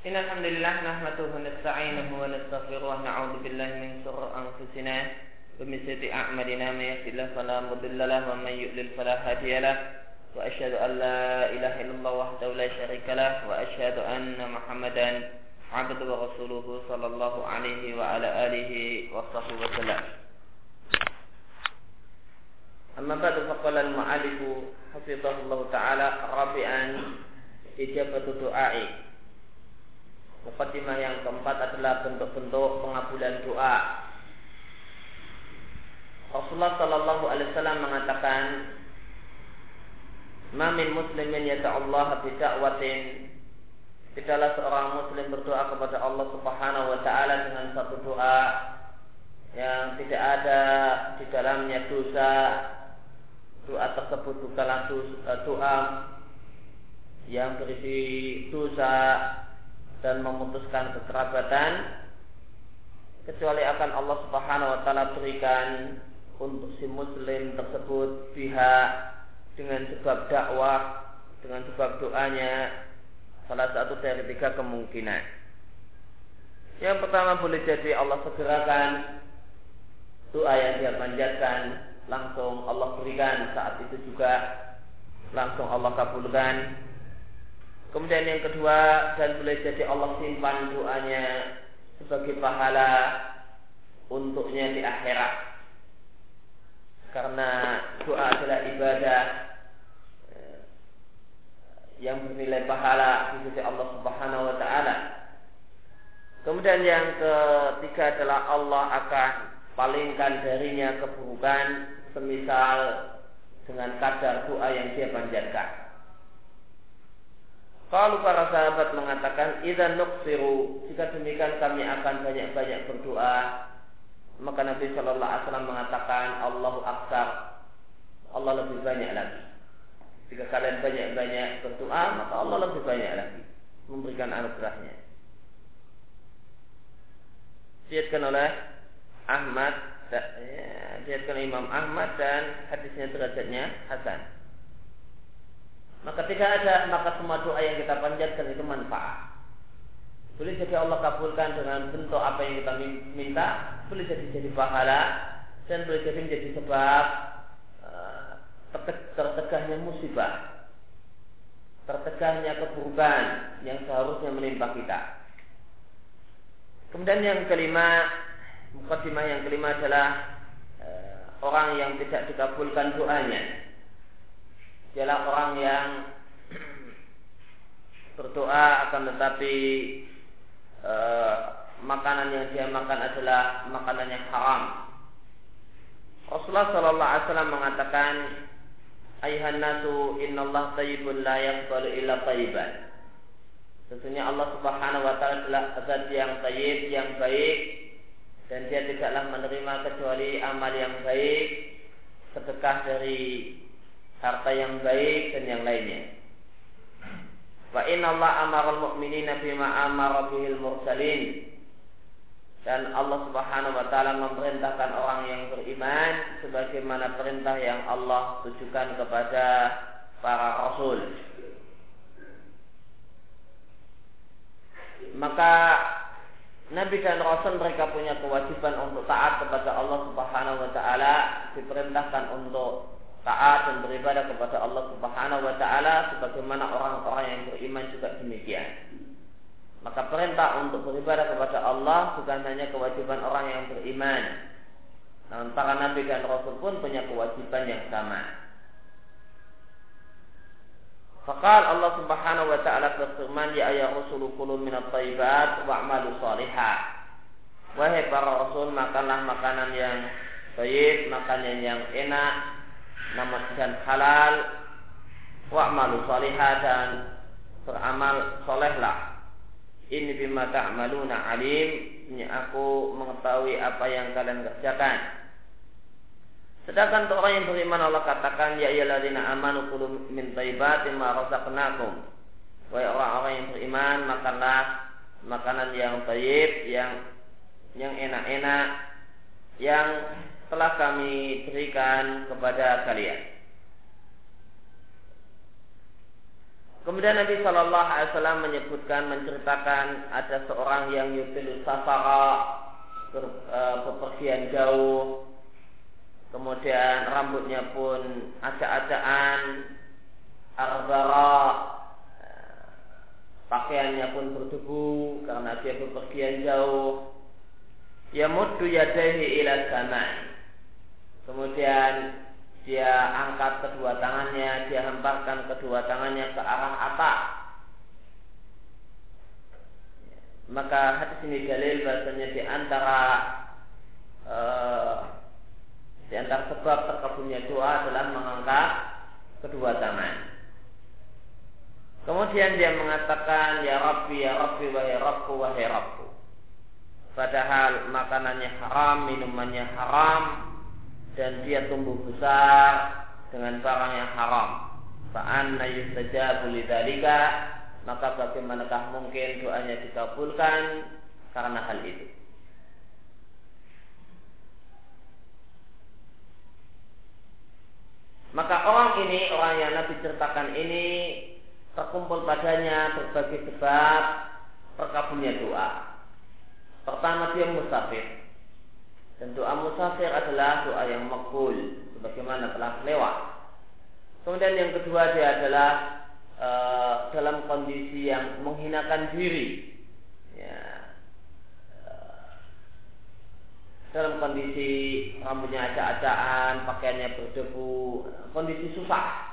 Innal hamdalillah nahmaduhu wa nasta'inuhu wa nastaghfiruhu wa na'udzu billahi min shururi anfusina wa min sayyiati a'malina may yahdihillahu fala mudilla lahu wa may yudlil fala hadiya lahu wa asyhadu an la ilaha illallah wahdahu la syarika lahu wa asyhadu anna Muhammadan 'abduhu wa rasuluhu sallallahu alaihi wa ala alihi wa sahbihi wa sallam. Amma ba'du faqala al-mu'allifu hafizahullah ta'ala rabi'an ijabatu du'a'i. Muqaddimah yang keempat adalah bentuk-bentuk pengabulan doa. Rasulullah sallallahu alaihi wasallam mengatakan, "Ma min muslimin yad'ullaha bi da'watin." Tidaklah seorang muslim berdoa kepada Allah Subhanahu wa taala dengan satu doa yang tidak ada di dalamnya dosa. Doa tersebut bukanlah doa yang berisi dosa dan memutuskan kekerabatan, kecuali akan Allah Subhanahu wa taala berikan untuk si muslim tersebut pihak dengan sebab dakwah, dengan sebab doanya salah satu dari tiga kemungkinan. Yang pertama, boleh jadi Allah segerakan doa yang dia panjatkan, langsung Allah berikan saat itu juga, langsung Allah kabulkan. Kemudian yang kedua, dan boleh jadi Allah simpan doanya sebagai pahala untuknya di akhirat, karena doa adalah ibadah yang bernilai pahala di sisi Allah Subhanahu wa taala. Kemudian yang ketiga adalah Allah akan palingkan darinya keburukan semisal dengan kadar doa yang dia panjatkan. Kalau para sahabat mengatakan, "Idza nuksiru," jika demikian kami akan banyak-banyak berdoa. Maka Nabi Shallallahu Alaihi Wasallam mengatakan, "Allahu akbar," Allah lebih banyak lagi. Jika kalian banyak-banyak berdoa, maka Allah lebih banyak lagi memberikan anugerahnya. Diriwayatkan oleh Ahmad, diriwayatkan Imam Ahmad, dan hadisnya derajatnya hasan. Maka maka semua doa yang kita panjatkan itu manfaat. Boleh jadi Allah kabulkan dengan bentuk apa yang kita minta, boleh jadi pahala, dan boleh jadi menjadi sebab tertegahnya musibah, tertegahnya keburukan yang seharusnya menimpa kita. Kemudian yang kelima, mukaddimah yang kelima adalah orang yang tidak dikabulkan doanya. Ialah orang yang berdoa akan tetapi makanan yang dia makan adalah makanan yang haram. Rasulullah sallallahu alaihi wasallam mengatakan, "Ayuhan nasu, innallaha thayyibun la yaqbalu illa thayyiban." Sesungguhnya Allah Subhanahu wa taala adalah zat yang thayyib, yang baik, dan dia tidaklah menerima kecuali amal yang baik, sedekah dari harta yang baik dan yang lainnya. Wa inna Allah amara al-mu'minina bima amara bihil mursalin. Dan Allah Subhanahu wa taala memerintahkan orang yang beriman sebagaimana perintah yang Allah tujukan kepada para rasul. Maka Nabi dan Rasul mereka punya kewajiban untuk taat kepada Allah Subhanahu wa taala, diperintahkan untuk taat dan beribadah kepada Allah Subhanahu wa taala sebagaimana orang-orang yang beriman juga demikian. Maka perintah untuk beribadah kepada Allah bukan hanya kewajiban orang yang beriman, namun para nabi dan rasul pun punya kewajiban yang sama. Faqal Allah Subhanahu wa taala berfirman, "Ya ayyuhar rusulu kulu minat thayyibat wa'malu shalihan." Wahai para rasul, makanlah makanan yang thayyib, makanan yang enak, namun dan halal, wa'malu shalihan, dan beramal solehlah. Ini bima ta'maluna alim, ini aku mengetahui apa yang kalian kerjakan. Sedangkan untuk orang yang beriman Allah katakan, "Ya ayyuhalladzina amanu kulu min thayyibati ma razaqnakum." Wahai orang-orang yang beriman, makanlah makanan yang thayyib, yang enak-enak, yang telah kami berikan kepada kalian. Kemudian Nabi Shallallahu Alaihi Wasallam menceritakan ada seorang yang yutilu safara, bepergian jauh, kemudian rambutnya pun acak-acakan, arbara, pakaiannya pun berdebu karena dia bepergian jauh. Yamuddu yadayhi ila sama', kemudian dia angkat kedua tangannya, dia hemparkan kedua tangannya ke arah atas. Maka hadis ini dalil bahasanya di antara sebab terkabulnya doa adalah mengangkat kedua tangan. Kemudian dia mengatakan, ya Rabbi, wahai Rabbku, wahai Rabbku. Padahal makanannya haram, minumannya haram, dan dia tumbuh besar dengan barang yang haram. Fa'anna yustajabu lidzalika, maka bagaimanakah mungkin doanya dikabulkan karena hal itu. Maka orang yang Nabi ceritakan ini terkumpul padanya berbagai sebab terkabulnya doa. Pertama, dia musafir. Dan doa musafir adalah doa yang makbul, sebagaimana telah lewat. Kemudian yang kedua, dia adalah dalam kondisi yang menghinakan diri, ya, dalam kondisi rambutnya acak-acakan, pakaiannya berdebu, kondisi susah.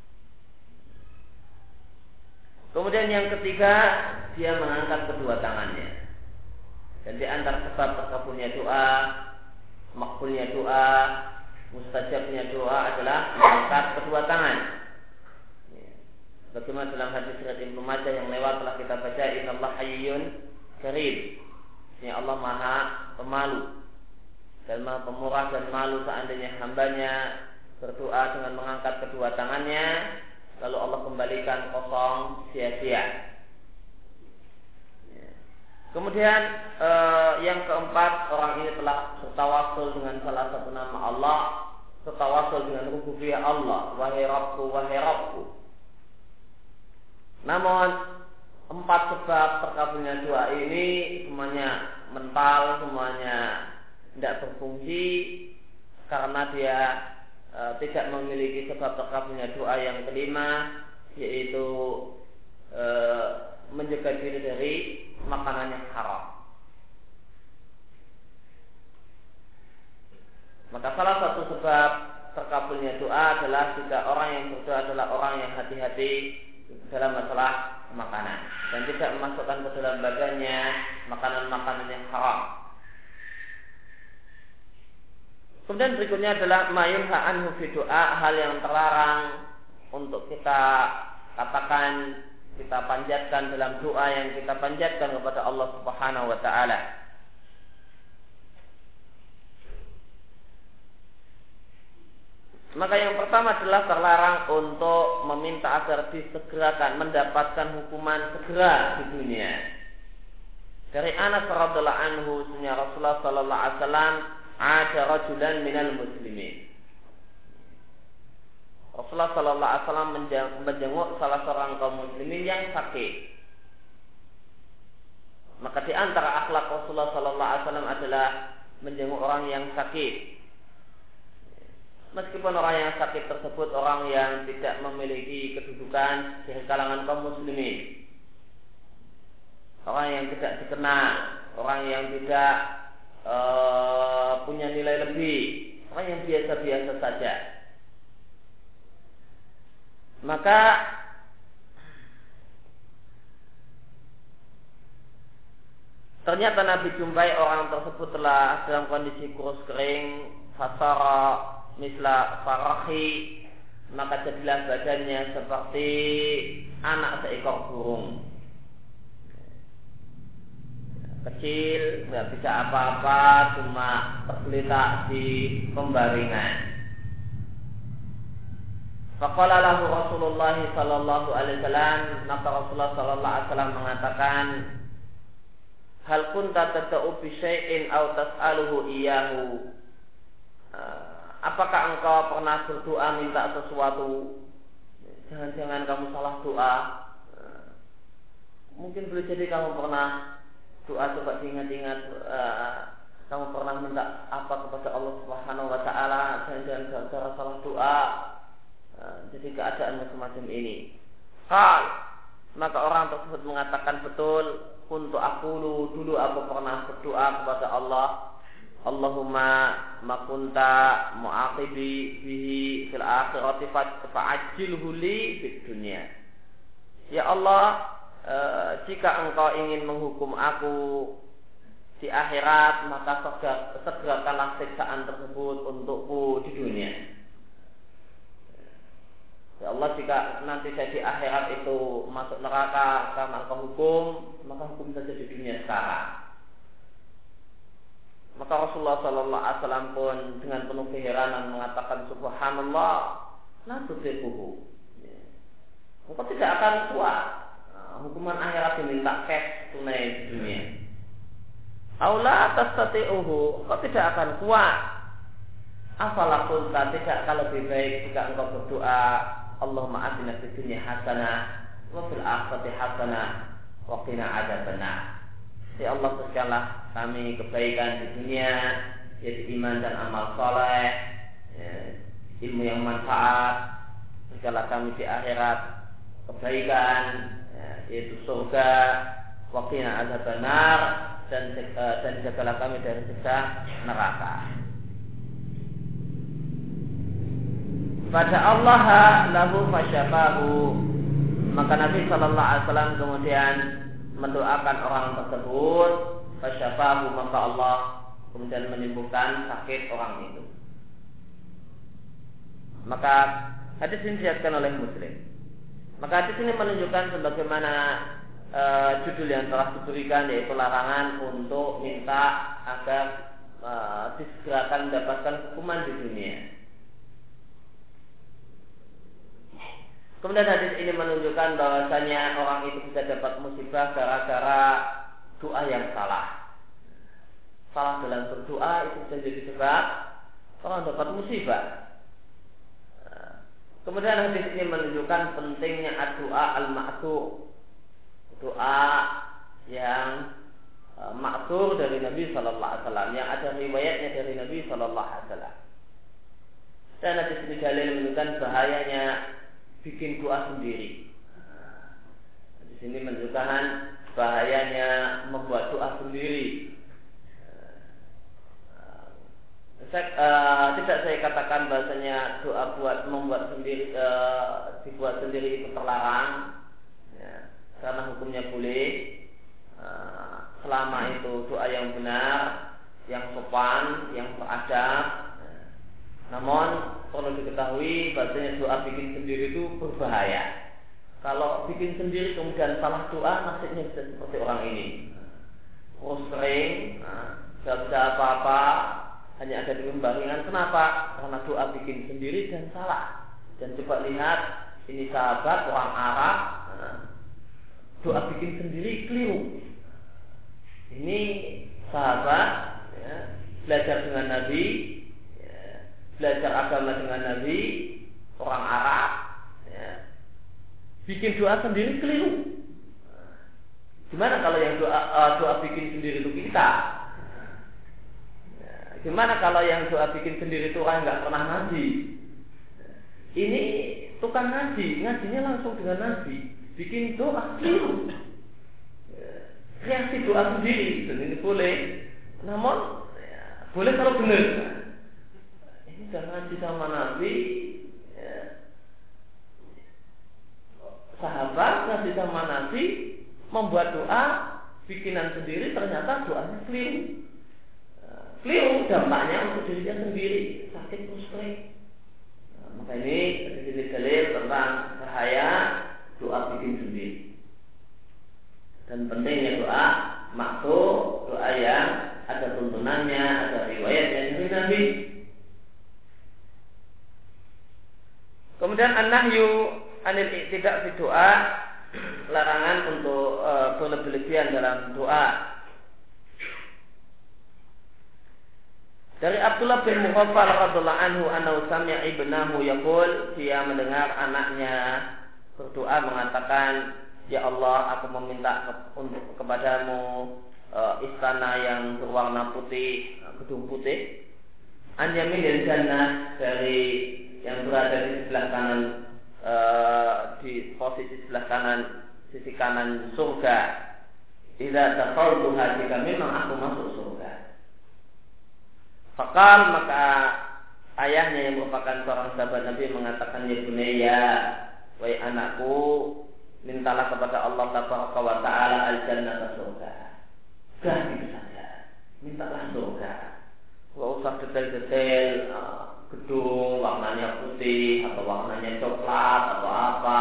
Kemudian yang ketiga, dia mengangkat kedua tangannya. Dan di antara sebab terkabulnya doa, makbulnya doa, mustajabnya doa adalah mengangkat kedua tangan. Bagaimana dalam hadis riwayat Ibnu Majah yang lewat telah kita baca, innallaha hayyun karim. Ini Allah Maha Pemalu dan Maha Pemurah dan malu seandainya hambanya berdoa dengan mengangkat kedua tangannya, lalu Allah kembalikan kosong, sia-sia. Kemudian yang keempat, orang ini telah bertawasul dengan salah satu nama Allah, bertawasul dengan rububiyah Allah, wahai Rabbku, wahai Rabbku. Namun 4 sebab terkabulnya doa ini semuanya mental, semuanya tidak berfungsi karena dia tidak memiliki sebab terkabulnya doa yang kelima, yaitu menjaga diri dari makanan yang haram. Maka salah satu sebab terkabulnya doa adalah jika orang yang berdoa adalah orang yang hati-hati dalam masalah makanan dan tidak memasukkan ke dalam badannya makanan-makanan yang haram. Kemudian berikutnya adalah mayunha anhu fi doa, hal yang terlarang untuk kita katakan, kita panjatkan dalam doa yang kita panjatkan kepada Allah Subhanahu wa taala. Maka yang pertama adalah terlarang untuk meminta agar disegerakan mendapatkan hukuman segera di dunia. Dari Anas radhiyallahu anhu, sunnah Rasulullah sallallahu alaihi wasallam, ada rajulan minal muslimin. Rasulullah sallallahu alaihi wasallam menjenguk salah seorang kaum muslimin yang sakit. Maka di antara akhlak Rasulullah sallallahu alaihi wasallam adalah menjenguk orang yang sakit. Meskipun orang yang sakit tersebut orang yang tidak memiliki kedudukan di kalangan kaum muslimin, orang yang tidak dikenal, orang yang tidak punya nilai lebih, orang yang biasa-biasa saja. Maka ternyata Nabi jumpai orang tersebut telah dalam kondisi kurus kering, fasara misla farahi, maka jadilah badannya seperti anak seekor burung, kecil, nggak bisa apa-apa, cuma tergeletak di pembaringan. Faqala lahu Rasulullah sallallahu alaihi wasallam, maka Rasulullah sallallahu alaihi wasallam mengatakan, hal kunta tad'u bi syai'in aw tas'aluhu iyyahu, apakah engkau pernah berdoa minta sesuatu? Jangan-jangan kamu salah doa, Mungkin boleh jadi kamu pernah doa, coba diingat-ingat, kamu pernah minta apa kepada Allah Subhanahu wa taala, jangan gara-gara salah doa jadi keadaan semacam ini. Maka orang tersebut mengatakan, betul, untuk dulu aku pernah berdoa kepada Allah, Allahumma ma kunta mu'aqibi bihi fil akhirati fa'ajjilhu li fid dunya. Ya Allah, jika engkau ingin menghukum aku di akhirat, maka segerakanlah siksaan tersebut untukku di dunia. Ya Allah, jika nanti saya di akhirat itu masuk neraka karena engkau hukum, maka hukum saja di dunia sekarang. Maka Rasulullah Sallallahu Alaihi Wasallam pun dengan penuh keheranan mengatakan, Subhanallah, la tuziquhu. Engkau tidak akan kuat. Hukuman akhirat diminta cash tunai di dunia. Aula tastati'uhu, engkau tidak akan kuat. Afala qulta, tidak kalau lebih baik jika engkau berdoa, Allahumma atina fid dunya hasanah wa fil akhirati hasanah wa qina adzabannar. Ya Allah, berikanlah kami kebaikan di dunia, yaitu iman dan amal saleh, ilmu yang manfaat. Berikanlah kami di akhirat kebaikan, yaitu surga, wa qina adzabannar, dan jagalah kami dari siksa neraka. Pada Allah lahu fasyafahu, maka Nabi Sallallahu Alaihi Wasallam kemudian mendoakan orang tersebut, fasyafahu, maka Allah kemudian menyembuhkan sakit orang itu. Maka hadis ini diriwayatkan oleh Muslim. Maka hadis ini menunjukkan sebagaimana judul yang telah diberikan, yaitu larangan untuk minta agar disegerakan mendapatkan hukuman di dunia. Kemudian hadis ini menunjukkan bahwasanya orang itu bisa dapat musibah gara-gara doa yang salah. Salah dalam berdoa itu bisa jadi sebab orang dapat musibah. Kemudian hadis ini menunjukkan pentingnya doa al-ma'tsur, doa yang ma'tsur dari Nabi Sallallahu Alaihi Wasallam, yang ada riwayatnya dari Nabi Sallallahu Alaihi Wasallam. Dan hadis ini dalil menunjukkan bahayanya bikin doa sendiri. Di sini menunjukkan bahayanya membuat doa sendiri. Tidak saya katakan bahasanya doa membuat sendiri, dibuat sendiri itu terlarang, ya, karena hukumnya boleh, selama itu doa yang benar, yang sopan, yang beradab. Namun perlu diketahui bahasanya doa bikin sendiri itu berbahaya. Kalau bikin sendiri kemudian salah doa, nasibnya bisa seperti orang ini. Terus sering, tidak bisa apa-apa, hanya ada di pembaringan. Kenapa? Karena doa bikin sendiri dan salah. Dan coba lihat, ini sahabat orang Arab, doa bikin sendiri keliru. Ini sahabat, ya, belajar dengan Nabi, belajar agama dengan Nabi, orang Arab, ya, bikin doa sendiri keliru. Gimana kalau yang doa bikin sendiri itu kita? Ya, gimana kalau yang doa bikin sendiri itu orang nggak pernah ngaji? Ini tukang ngaji, ngajinya langsung dengan Nabi, bikin doa keliru. Ya, kreasi doa sendiri, dan ini boleh. Namun ya, boleh kalau benar. Jangan ngaji sama Nabi, ya. Sahabat ngaji sama Nabi, membuat doa bikinan sendiri, ternyata doanya keliru. Keliru dampaknya untuk dirinya sendiri, sakit terus kering. Maka ini dalil tentang bahaya doa bikin sendiri dan pentingnya doa maksud, doa yang ada tuntunannya, ada riwayatnya dari Nabi. Kemudian an-nahyu anil i'tida' fi doa, larangan untuk berlebihan dalam doa. Dari Abdullah bin Mughaffal radhiyallahu anhu annahu sami'a ibnahu yaqul, dia mendengar anaknya berdoa mengatakan, ya Allah, aku meminta untuk kepadamu istana yang berwarna putih, gedung putih, an yaminil jannah, dari yang berada di sebelah kanan, di posisi sebelah kanan, sisi kanan surga. Idza dakhaltuha, jika memang aku masuk surga. Fakal, maka ayahnya yang merupakan seorang sahabat Nabi mengatakan, ya bunayya, wahai anakku, mintalah kepada Allah Tabaraka wa Ta'ala al-jannah, surga. Dah gitu saja, mintalah surga. Gak usah detail-detail gedung warnanya putih atau warnanya coklat atau apa.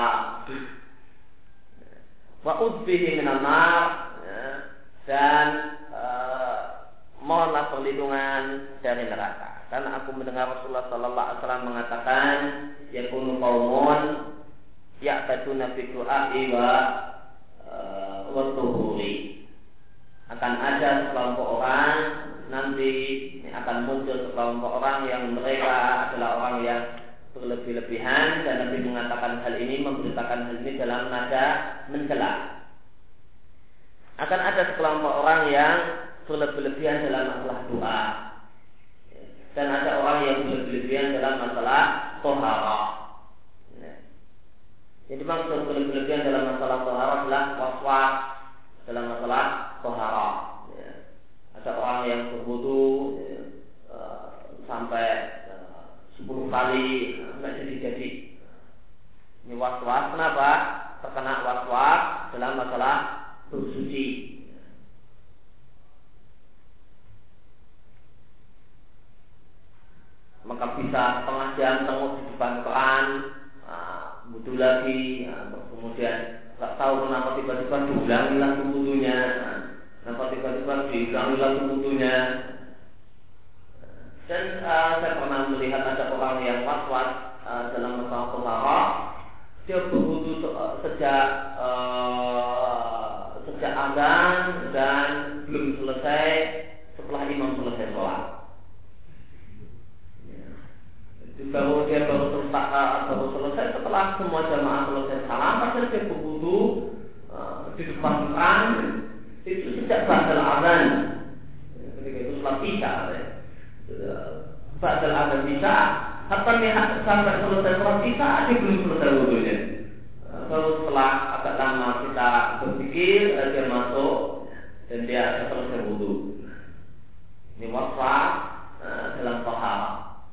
Wa udbihi minan nar, dan mohonlah perlindungan dari neraka. Karena aku mendengar Rasulullah sallallahu alaihi wasallam mengatakan, yakunu qaumun ya'taduna bi du'a'i wa tuhuri. Akan ada sekelompok orang, nanti akan muncul sekelompok orang yang mereka adalah orang yang berlebih-lebihan, dan Nabi mengatakan hal ini, memberitakan hal ini dalam nada mencela. Akan ada sekelompok orang yang berlebih-lebihan dalam masalah doa, dan ada orang yang berlebih-lebihan dalam masalah tohara. Jadi maksud berlebih-lebihan dalam masalah tohara adalah waswas dalam masalah tohara. Ada orang yang berwudu sampai 10 kali nggak jadi. Ini waswas. Kenapa? Terkena waswas dalam masalah bersuci. Maka bisa setengah jam tengok di depan keran, wudu lagi, kemudian tak tahu kenapa tiba-tiba diulangi lagi wudunya, kenapa tiba-tiba diulangi lagi wudunya. Dan saya pernah melihat ada orang yang waswas dalam masalah tohara. Dia berwudu sejak azan dan belum selesai setelah imam selesai sholat. Baru selesai setelah semua jamaah selesai salam, padahal dia berwudu di depan keran itu sejak ba'dal azan. Ketika itu sholat isya, ba'dal azan isya, hatta lihat sampai selesai sholat isya dia belum selesai wudunya. Baru setelah agak lama kita berpikir, dia masuk dan dia selesai wudu. Ini waswas dalam tohara.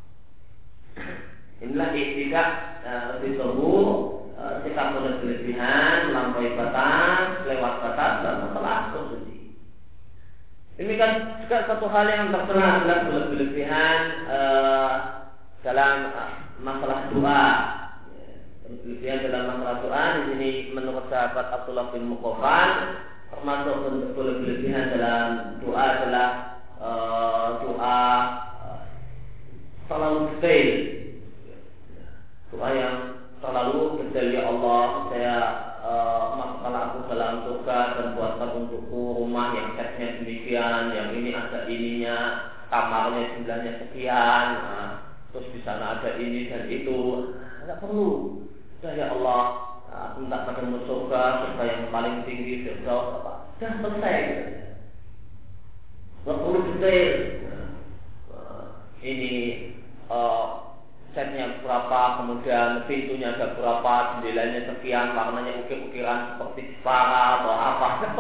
Inilah tidak ditunggu sikap berlebihan, melampaui batas, lewat batas dan masalah bersuci. Ini kan juga satu hal yang tercela adalah berlebihan dalam masalah doa. Berlebihan dalam masalah doa di sini menurut sahabat Abdullah bin Muqafal, termasuk bentuk berlebihan dalam doa adalah doa terlalu detail, doa yang terlalu detail. Ya Allah, saya masukkanlah aku dalam surga dan buatkan untukku rumah yang catnya demikian, yang ini ada ininya, kamarnya jumlahnya sekian, terus di sana ada ini dan itu. Tidak perlu. Ya Allah, aku minta padamu surga yang paling tinggi, firdaus apa? Sudah selesai. Tidak perlu detail. Ini catnya berapa, kemudian pintunya ada berapa, jendelanya sekian, warnanya ukir-ukiran seperti Jepara atau apa. Nggak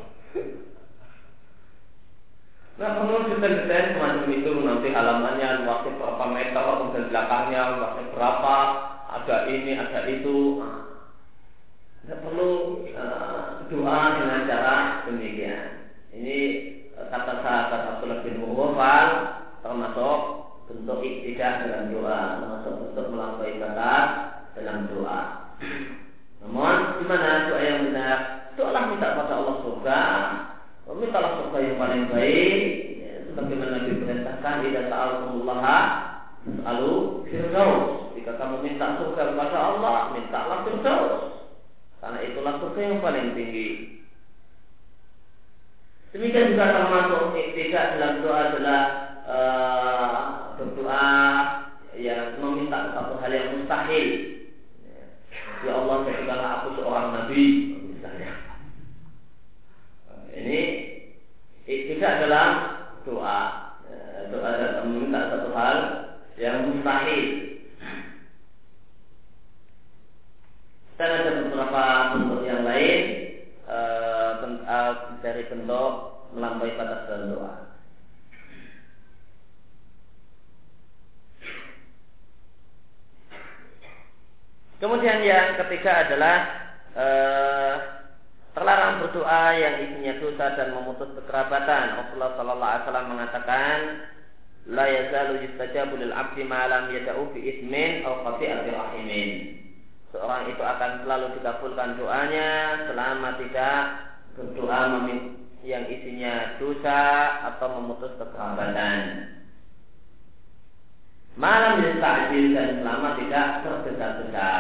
perlu detail-detail semacam itu. Nanti halamannya luasnya berapa meter, kemudian belakangnya luasnya berapa, ada ini, ada itu. Nggak perlu doa dengan cara demikian. Ini kata sahabat Abdullah bin Mughafal, termasuk bentuk iktidak dalam doa, termasuk bentuk melampaui batas dalam doa. Namun, di mana doa yang benar? Doalah minta pada Allah surga, mintalah surga yang paling baik, sebagaimana diperintahkan, idza sa'altumullaha fas'alu firdaus. Jika kamu minta surga kepada Allah, mintalah firdaus, karena itulah surga yang paling tinggi. Demikian juga termasuk iktidak dalam doa adalah berdoa yang meminta satu hal yang mustahil. Ya Allah, jadikanlah aku seorang nabi. dari bentuk melampaui batas dalam doa. Kemudian yang ketiga adalah terlarang berdoa yang isinya dosa dan memutus kekerabatan. Rasulullah sallallahu alaihi wasallam mengatakan, la yazalu yustajabu lil 'abdi ma lam yad'u bi ismin aw qati'ati rahimin. Seorang itu akan selalu dikabulkan doanya selama tidak berdoa yang isinya dosa atau memutus kekerabatan. Malam yasta'jil, dan selama tidak tergesa-gesa.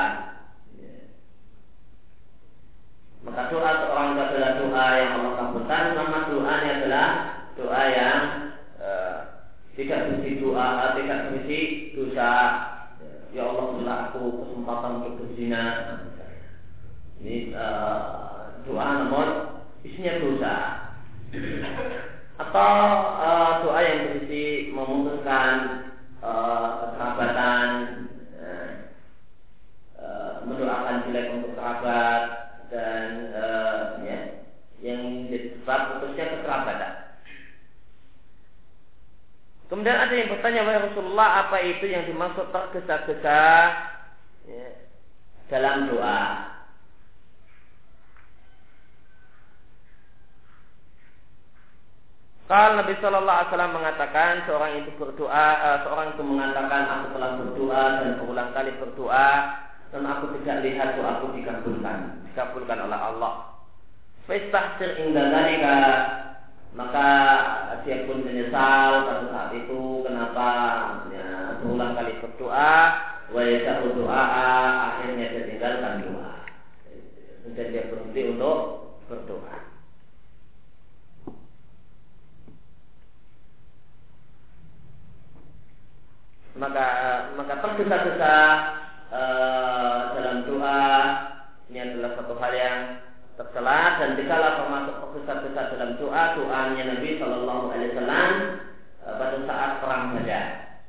Maka doa seorang itu adalah doa yang Allah kabulkan selama doanya adalah doa yang tidak berisi doa, tidak berisi dosa. Ya Allah, berilah aku kesempatan untuk berzina. Ini doa namun isinya dosa. Atau doa yang berisi memutuskan kekerabatan, mendoakan jelek untuk kerabat, dan yang disebab putusnya kekerabatan. Kemudian ada yang bertanya, wahai Rasulullah, apa itu yang dimaksud tergesa-gesa dalam doa? Kalau Nabi Shallallahu Alaihi Wasallam mengatakan seorang itu berdoa, seorang itu mengatakan aku telah berdoa dan berulang kali berdoa dan aku tidak lihat doaku dikabulkan oleh Allah. Fastahsir inda dzalika, maka dia pun menyesal pada saat itu kenapa berulang kali berdoa, wa yasa'u doa, akhirnya dia tinggalkan doa. Dan dia berhenti untuk berdoa. Maka tergesa-gesa dalam doa ini adalah satu hal yang tercela, dan dikala termasuk tergesa-gesa dalam doanya Nabi Shallallahu Alaihi Wasallam pada saat perang Badar.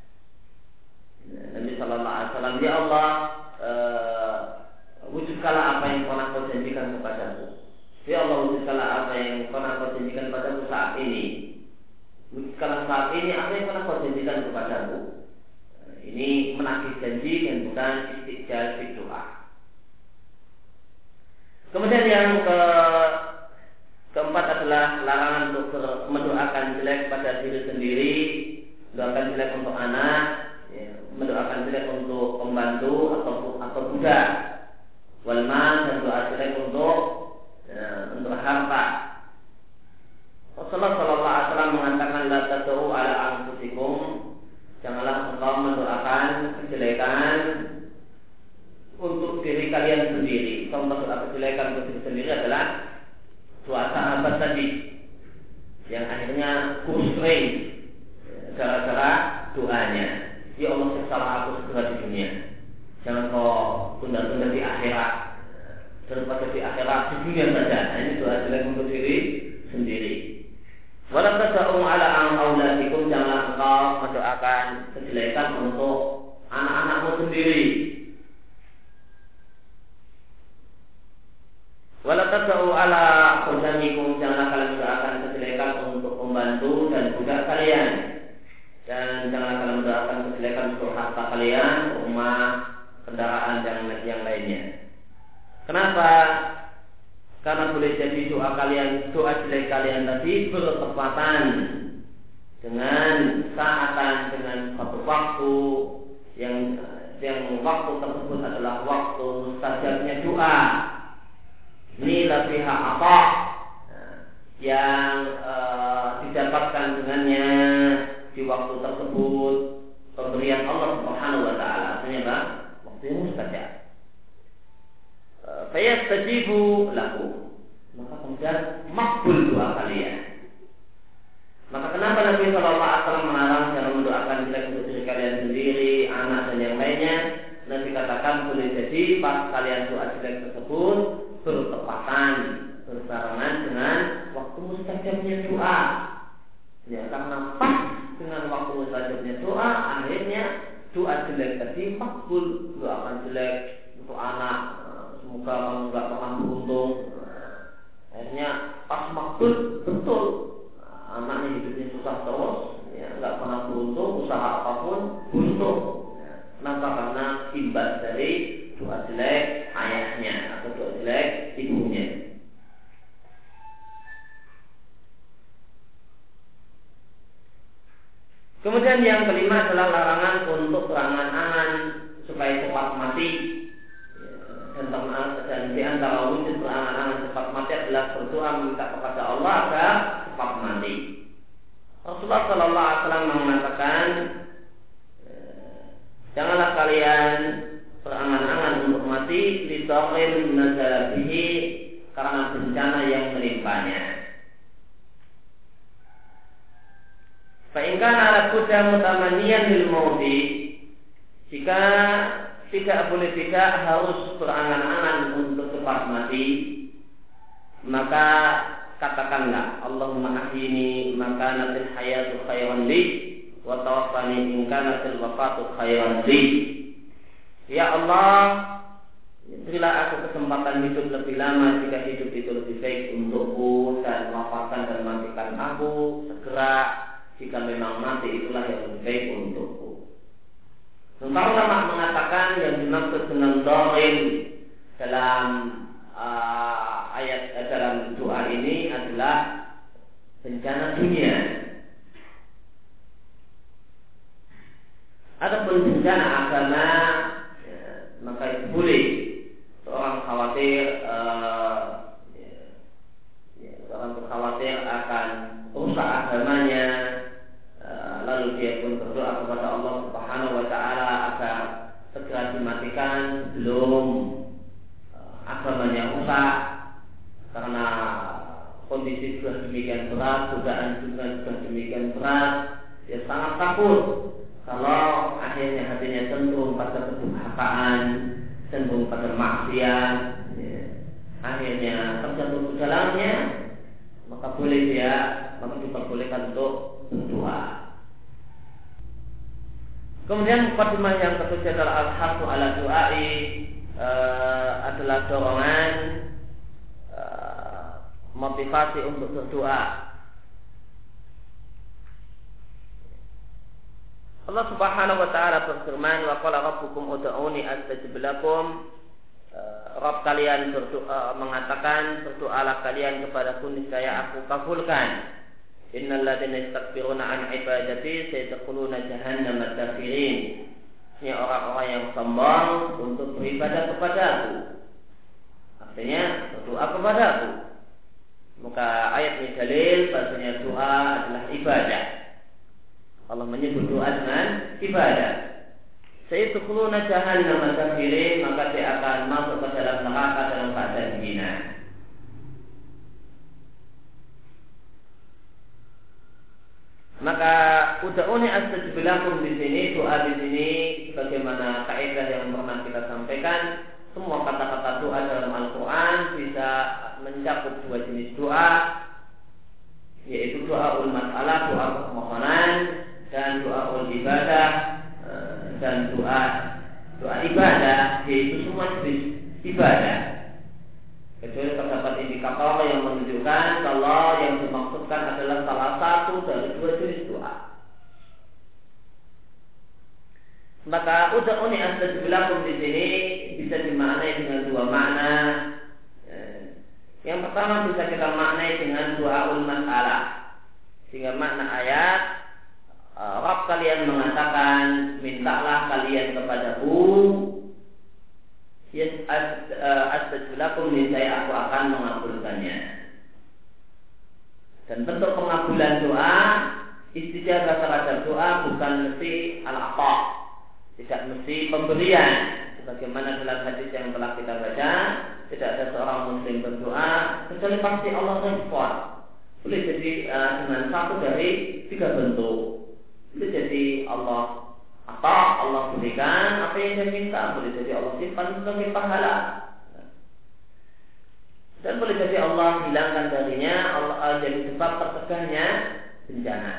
Nabi Shallallahu Alaihi Wasallam, ya Allah, wujudkanlah apa yang pernah kau janjikan kepadaku. Ya Allah, wujudkanlah apa yang pernah kau janjikan kepadaku saat ini. Wujudkanlah saat ini apa yang pernah kau janjikan kepadaku. Ini menagih janji dan bukan istijal fi doa. Kemudian yang keempat adalah larangan untuk mendoakan jelek pada diri sendiri, mendoakan jelek untuk anak, mendoakan jelek untuk pembantu atau budak, walman, dan doa jelek untuk harta. Rasulullah sallallahu alaihi wasallam mengatakan, la tad'u ala anfusikum, janganlah engkau mendoakan kejelekan untuk diri kalian sendiri. Contoh doa kejelekan untuk diri sendiri adalah doa sahabat tadi yang akhirnya kusring gara-gara doanya, ya Allah, siksalah aku segera di dunia, jangan kau tunda-tunda di akhirat, daripada di akhirat di dunia saja. Nah, ini doa jelek untuk diri sendiri. Walau tad'u ala auladikum, janganlah engkau mendoakan kejelekan untuk anak-anakmu sendiri. Walau tad'u ala khudamikum, janganlah kalian mendoakan kejelekan untuk pembantu dan budak kalian, dan janganlah kalian mendoakan kejelekan untuk harta kalian, rumah, kendaraan dan yang lainnya. Kenapa? Karena boleh jadi doa jelek kalian tadi bertepatan dengan saatan, dengan suatu waktu yang waktu tersebut adalah waktu mustajabnya doa. Ini lebih apa yang didapatkan dengannya di waktu tersebut pemberian Allah Subhanahu Wa Taala. Artinya apa? Waktu yang mustajab. Fayastajibu lahu, maka kemudian makbul doa kalian. Maka kenapa Nabi Shallallahu Alaihi Wasallam melarang jangan mendoakan jelek untuk diri kalian sendiri, anak dan yang lainnya? Nabi katakan boleh jadi pas kalian doa jelek tersebut bertepatan, berbarengan dengan waktu mustajabnya doa. Ya, karena pas dengan waktu mustajabnya doa, akhirnya doa jelek tadi makbul. Doakan jelek untuk anak, semoga kamu nggak pernah beruntung. Akhirnya pas makbul Kemudian yang kelima adalah larangan untuk berangan-angan supaya cepat mati. Dan di antara wujud berangan-angan cepat mati adalah berdoa meminta kepada Allah agar cepat mati. Rasulullah Sallallahu Alaihi Wasallam mengatakan, janganlah kalian berangan-angan untuk mati di doain nazarabihi karena bencana yang menimpanya. Fa'inkan ala kuda mutamaniyan lil mauti, jika tidak boleh tidak harus berangan-angan untuk cepat mati, maka katakanlah Allahumma ahyini maka natil hayatu khairan li wa tawaffani in kanatil wafatu khairan li. Ya Allah, berilah aku kesempatan hidup lebih lama jika hidup itu lebih baik untukku, dan wafatkan dan matikan aku segera jika memang mati itulah yang lebih baik untukku. Para ulama mengatakan yang dimaksud dengan doain dalam dalam doa ini adalah bencana dunia. Adapun bencana agama, maka itu boleh. Seorang khawatir akan rusak agamanya, lalu dia pun berdoa kepada Allah Subhanahu wa Ta'ala agar segera dimatikan sebelum agamanya rusak, karena kondisi sudah demikian berat, godaan juga sudah demikian berat. Dia sangat takut kalau akhirnya hatinya cenderung pada kedurhakaan, cenderung pada maksiat, akhirnya terjatuh ke dalamnya, maka diperbolehkan untuk berdoa. Kemudian mukadimah yang ketujuh adalah al-haqqu ala du'ai, adalah dorongan, motivasi untuk berdoa. Allah Subhanahu wa Ta'ala berfirman, wa qala rabbukum ud'uni astajib lakum. Rabb kalian mengatakan, berdoalah kalian kepadaku niscaya aku kabulkan. Innal ladzina yastakbiruna an ibadati sayadkhuluna jahannama dakhirin. Ini orang-orang yang sombong untuk beribadah kepadaku, artinya berdoa kepadaku. Maka ayat ini dalil bahasanya doa adalah ibadah. Allah menyebut doa dengan ibadah. Sayadkhuluna jahannama dakhirin, maka dia akan masuk ke dalam neraka dalam keadaan hina. Maka ud'uni astajib lakum di sini, doa di sini sebagaimana kaidah yang pernah kita sampaikan, semua kata-kata doa dalam Al-Qur'an bisa mencakup dua jenis doa, yaitu doaul mas'alah, doa permohonan, dan doaul ibadah, dan doa ibadah, yaitu semua jenis ibadah. Kecuali terdapat indikator yang menunjukkan kalau yang dimaksudkan adalah salah satu dari dua jenis doa. Maka ud'uni astajib lakum di sini bisa dimaknai dengan dua makna. Yang pertama bisa kita maknai dengan doaul mas'alah, sehingga makna ayat Rabb kalian mengatakan, mintalah kalian kepadaku, astajib lakum, niscaya aku akan mengabulkannya. Dan bentuk pengabulan doa, istijabah terhadap doa bukan mesti al-ata, tidak mesti pemberian. Sebagaimana dalam hadis yang telah kita baca, tidak ada seorang muslim berdoa kecuali pasti Allah respon. Boleh jadi dengan satu dari tiga bentuk. Boleh jadi Allah berikan apa yang dia minta, boleh jadi Allah simpan sebagai pahala, dan boleh jadi Allah hilangkan darinya, Allah jadi sebab tercegahnya bencana.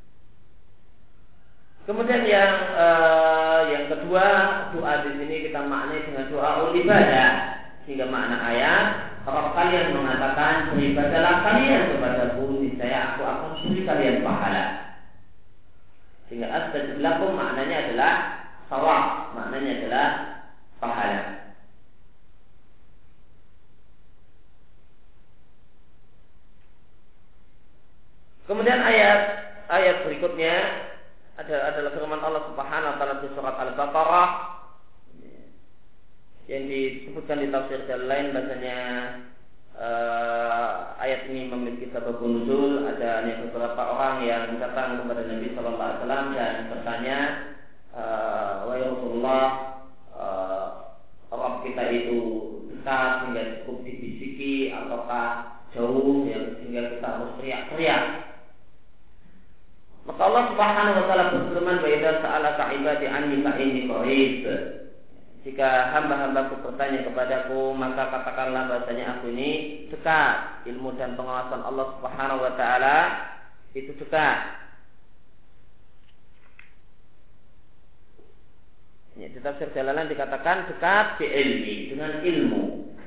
Kemudian yang kedua, doa di sini kita maknai dengan doa ibadah, sehingga makna ayat, kalau kalian mengatakan beribadahlah kalian kepadaku, niscaya aku akan beri kalian pahala. Sehingga astajib lakum maknanya adalah sawab, maknanya adalah pahala. Kemudian ayat berikutnya, adalah firman Allah Subhanahu wa taala di surat Al-Baqarah yang disebutkan di tafsir lain bahasanya ayat ini memiliki sebab nuzul. Ada beberapa orang yang datang kepada Nabi sallallahu alaihi wasallam dan bertanya, wahai Rasulullah, Rabb kita itu dekat hingga cukup dibisiki ataukah jauh yang sehingga kita harus teriak-teriak? Maka Allah Subhanahu wa taala berfirman, "Wa idza sa'alaka 'ibadi 'anni fa inni qarib." Jika hamba-hambaku bertanya kepadaku, maka katakanlah bahasanya aku ini dekat. Ilmu dan pengawasan Allah Subhanahu wa taala itu dekat. Ya, di tafsir Jalalan dikatakan dekat bi ilmi, dengan ilmu.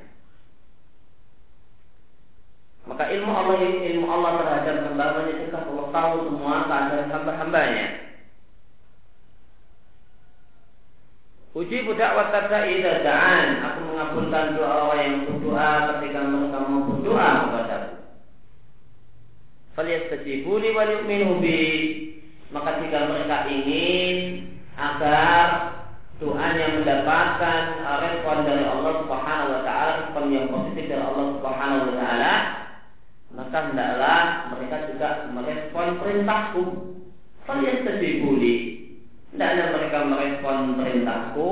Maka ilmu Allah terhadap hamba-hambanya dekat. Allah tahu semua keadaan hamba-hambanya. Ujibu da'wat da'i idza da'an. Aku mengabulkan doa orang yang berdoa ketika mereka mau berdoa kepadaku. Falyastajibu li wa yu'minu bi. Maka jika mereka ingin agar doanya mendapatkan respon dari Allah Subhanahu wa taala, respon yang positif dari Allah Subhanahu wa taala, maka hendaklah mereka juga merespon perintahku. Falyastajibu li. Hendaklah mereka merespon perintahku.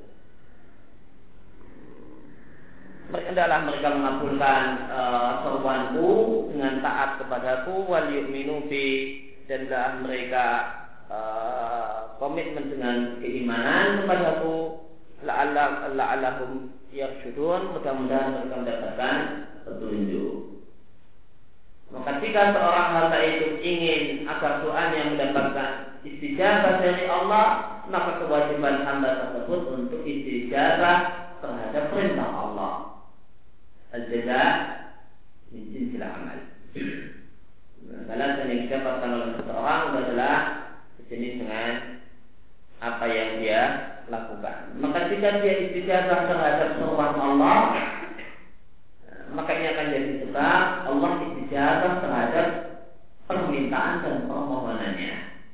Hendaklah mereka mengabulkan seruanku dengan taat kepadaku. Wal yu'minu bi, dan hendaklah mereka komitmen dengan keimanan kepadaku. La'allahum yarsyudun, mudah-mudahan mereka mendapatkan petunjuk. Maka jika seorang hamba itu ingin agar doanya mendapatkan istijabah dari Allah, maka kewajiban hamba tersebut untuk istijabah terhadap perintah Allah. Al-jaza' min jinsil amal. Balasan yang didapatkan oleh seseorang adalah sejenis dengan apa yang dia lakukan. Maka jika dia istijabah terhadap seruan Allah, maka ini akan jadi sebab Allah istijabah terhadap permintaan dan permohonannya.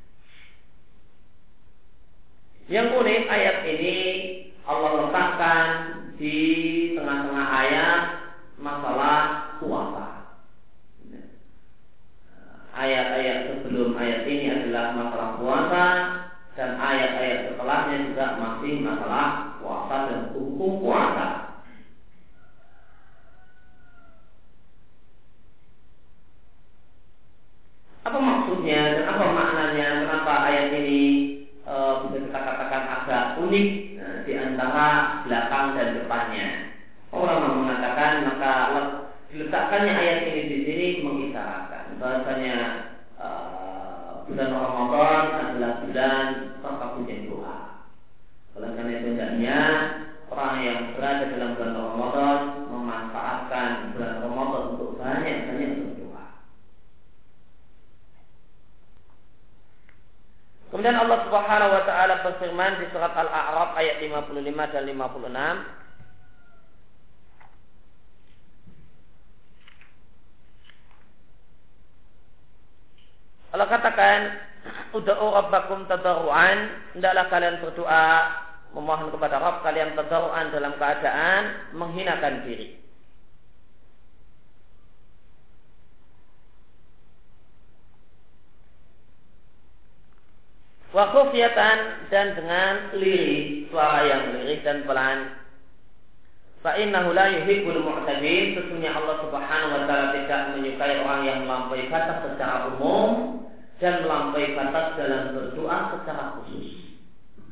Yang unik, ayat ini Allah letakkan di tengah-tengah ayat masalah puasa. Ayat-ayat sebelum ayat ini adalah masalah puasa, dan ayat-ayat setelahnya juga masih masalah puasa dan hukum puasa. Apa maksudnya dan apa maknanya? Kenapa ayat ini bisa kita katakan agak unik di antara belakang dan depannya? Orang mengatakan maka diletakkannya ayat ini di sini mengisyaratkan bahwasanya bulan Ramadan adalah bulan terkabulnya doa. Oleh karena itu hendaknya orang yang berada dalam bulan Ramadan memanfaatkan bulan Ramadan untuk banyak-banyak berdoa. Kemudian Allah Subhanahu wa taala berfirman di surat Al-A'raf ayat 55 dan 56. Allah katakan, ud'u rabbakum tadarruan, hendaklah kalian berdoa memohon kepada Rabb kalian tadarruan dalam keadaan menghinakan diri. Wa khufyatan, dan dengan lirih, suara yang lirih dan pelan. Fa innahu la yuhibbul mu'tadin, sesungguhnya Allah Subhanahu wa taala tidak menyukai orang yang melampaui batas secara umum dan melampaui batas dalam berdoa secara khusus.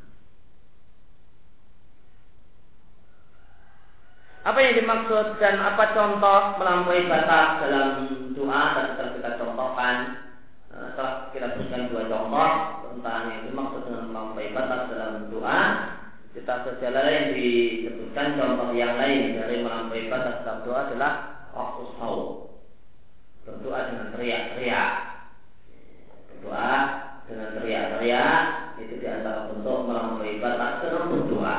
Apa yang dimaksud dan apa contoh melampaui batas dalam doa? Dan setelah kita contohkan, setelah kita berikan dua contoh tentang yang dimaksud dengan melampaui batas dalam doa, kita sejalan yang disebutkan contoh yang lain dari melampaui batas dalam doa adalah raf'us shaut, berdoa dengan teriak-teriak. Berdoa dengan teriak-teriak itu diantara bentuk melampaui batas dalam berdoa.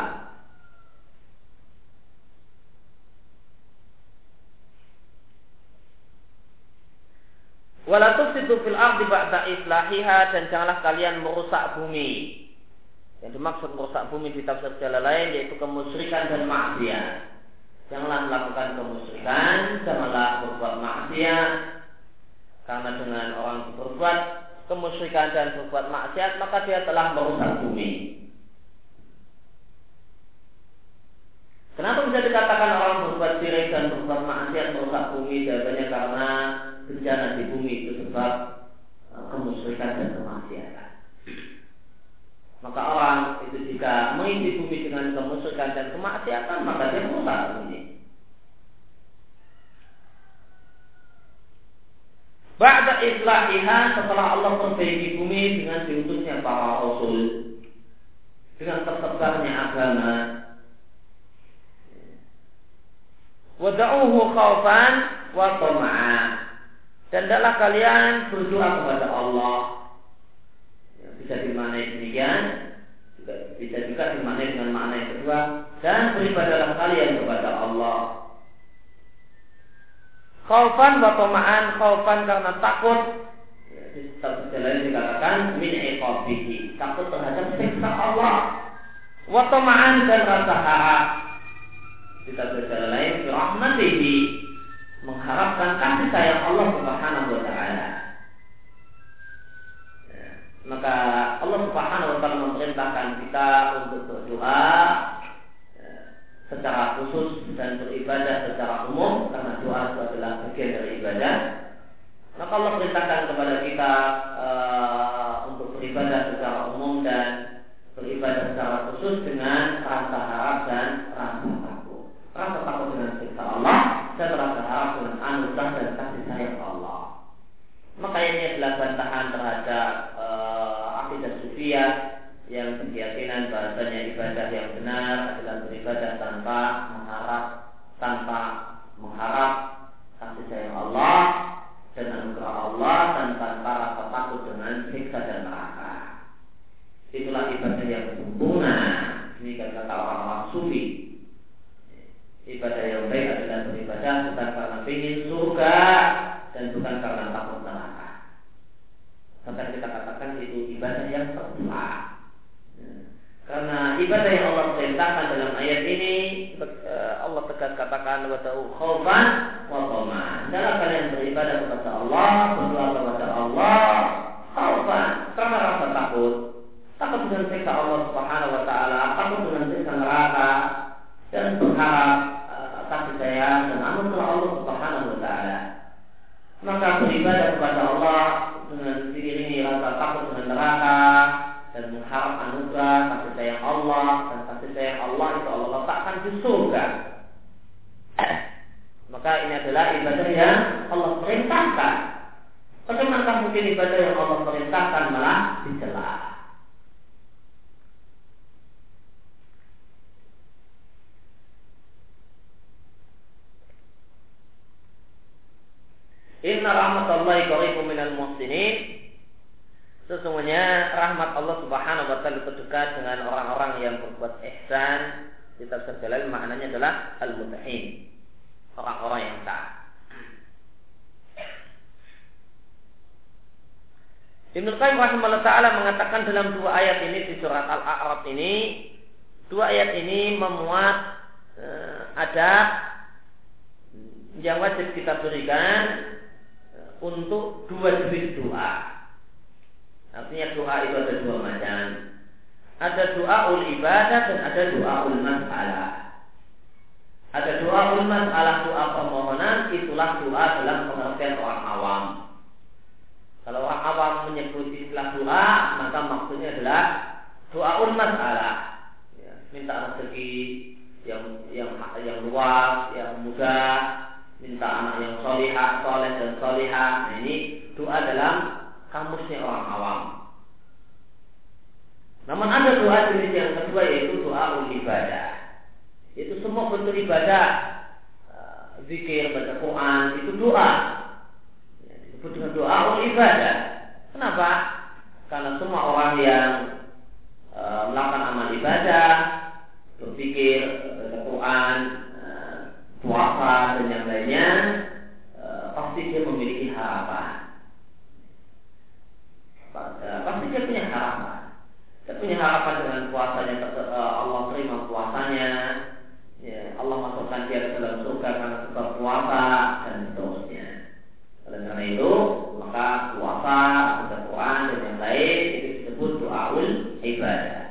Wala tufsidu fil ardi ba'da islahiha, dan janganlah kalian merusak bumi. Yang dimaksud merusak bumi di tafsir jalan lain yaitu kemusyrikan dan maksiat. Janganlah melakukan kemusyrikan, janganlah berbuat maksiat. Karena dengan orang yang berbuat kemusyrikan dan berbuat maksiat, maka dia telah merusak bumi. Kenapa bisa dikatakan orang berbuat syirik dan berbuat maksiat merusak bumi? Jawabannya karena bencana di bumi itu sebab kemusyrikan dan kemaksiatan. Maka orang itu jika mengisi bumi dengan kemusyrikan dan kemaksiatan, maka dia merusak bumi. Ba'da islahiha, setelah Allah perbaiki bumi dengan diutusnya para rasul, dengan tersebarnya agama. Wada'uhu khawfan wa tama'an, dan hendaklah kalian berdoa kepada Allah. Bisa dimaknai demikian, bisa juga dimaknai dengan makna yang kedua, dan beribadahlah kalian kepada Allah. Khaufan wa tama'an, khaufan karena takut, di tafsir lain dikatakan min iqabihi, takut terhadap siksa Allah. Wa tama'an, dan rasa harap, di tafsir lain rahmatihi, mengharapkan kasih sayang Allah Subhanahu wa taala. Maka Allah Subhanahu wa taala memerintahkan kita untuk berdoa secara khusus dan beribadah secara umum, karena doa itu adalah bagian dari ibadah. Maka Allah perintahkan kepada kita untuk beribadah secara umum dan beribadah secara khusus dengan rasa harap dan rasa takut. Rasa takut dengan siksa Allah dan rasa harap dengan anugerah dan kasih sayang Allah. Maka ini adalah bantahan terhadap akidah sufiyah yang berkeyakinan bahasanya ibadah yang benar adalah beribadah tanpa mengharap kasih sayang Allah dan anugerah Allah, dan tanpa rasa takut dengan siksa dan neraka. Itulah ibadah yang sempurna. Ini kata orang-orang sufi. Ibadah yang baik adalah beribadah bukan karena ingin surga dan bukan karena takut neraka. Sampai kita katakan itu ibadah yang terpulang. Karena ibadah yang Allah perintahkan dalam ayat ini, Allah tegas katakan wada'u khaufan wa tama'an. Hendaklah kalian beribadah kepada Allah, berdoa kepada Allah, khaufan karena rasa takut dengan siksa Allah Subhanahu wa taala, takut dengan siksa neraka, dan berharap kasih sayang dan anugerah Allah Subhanahu wa taala. Maka beribadah kepada Allah dengan diiringi rasa takut dengan neraka dan mengharap anugerah kasih sayang Allah, dan kasih sayang Allah itu Allah letakkan di surga. Maka ini adalah ibadah yang Allah perintahkan. Bagaimana mungkin ibadah yang Allah perintahkan malah dicela? Inna rahmatallahi qaribun minal muhsinin. Sesungguhnya rahmat Allah Subhanahu wa taala itu dekat dengan orang-orang yang berbuat ihsan. Di tafsir Jalal maknanya adalah al-muttaqin, orang-orang yang taat. Ibnu Qayyim rahimahullah taala mengatakan dalam dua ayat ini di surat Al-A'raf ini, dua ayat ini memuat adab yang wajib kita berikan untuk dua jenis doa. Artinya doa itu ada dua macam. Ada doaul ibadah dan ada doaul mas'alah. Ada doaul mas'alah, doa permohonan, itulah doa dalam pengertian orang awam. Kalau orang awam menyebut istilah doa, maka maksudnya adalah doaul mas'alah. Ya, minta rezeki yang luas, yang mudah, minta anak yang solihah, soleh dan solihah. Nah, ini doa dalam kamusnya orang awam. Namun ada doa jenis yang kedua, yaitu doa ibadah. Itu semua bentuk ibadah, zikir, baca Quran, itu doa. Disebut dengan doa ibadah. Kenapa? Karena semua orang yang melakukan amal ibadah, berpikir, baca Quran, puasa dan yang lainnya, pasti dia memiliki harapan. punya harapan dengan puasanya, Allah terima puasanya, ya, Allah masukkan dia ke dalam surga karena sebab puasa dan seterusnya. Oleh karena itu maka puasa, baca Quran dan yang lain itu disebut doaul ibadah.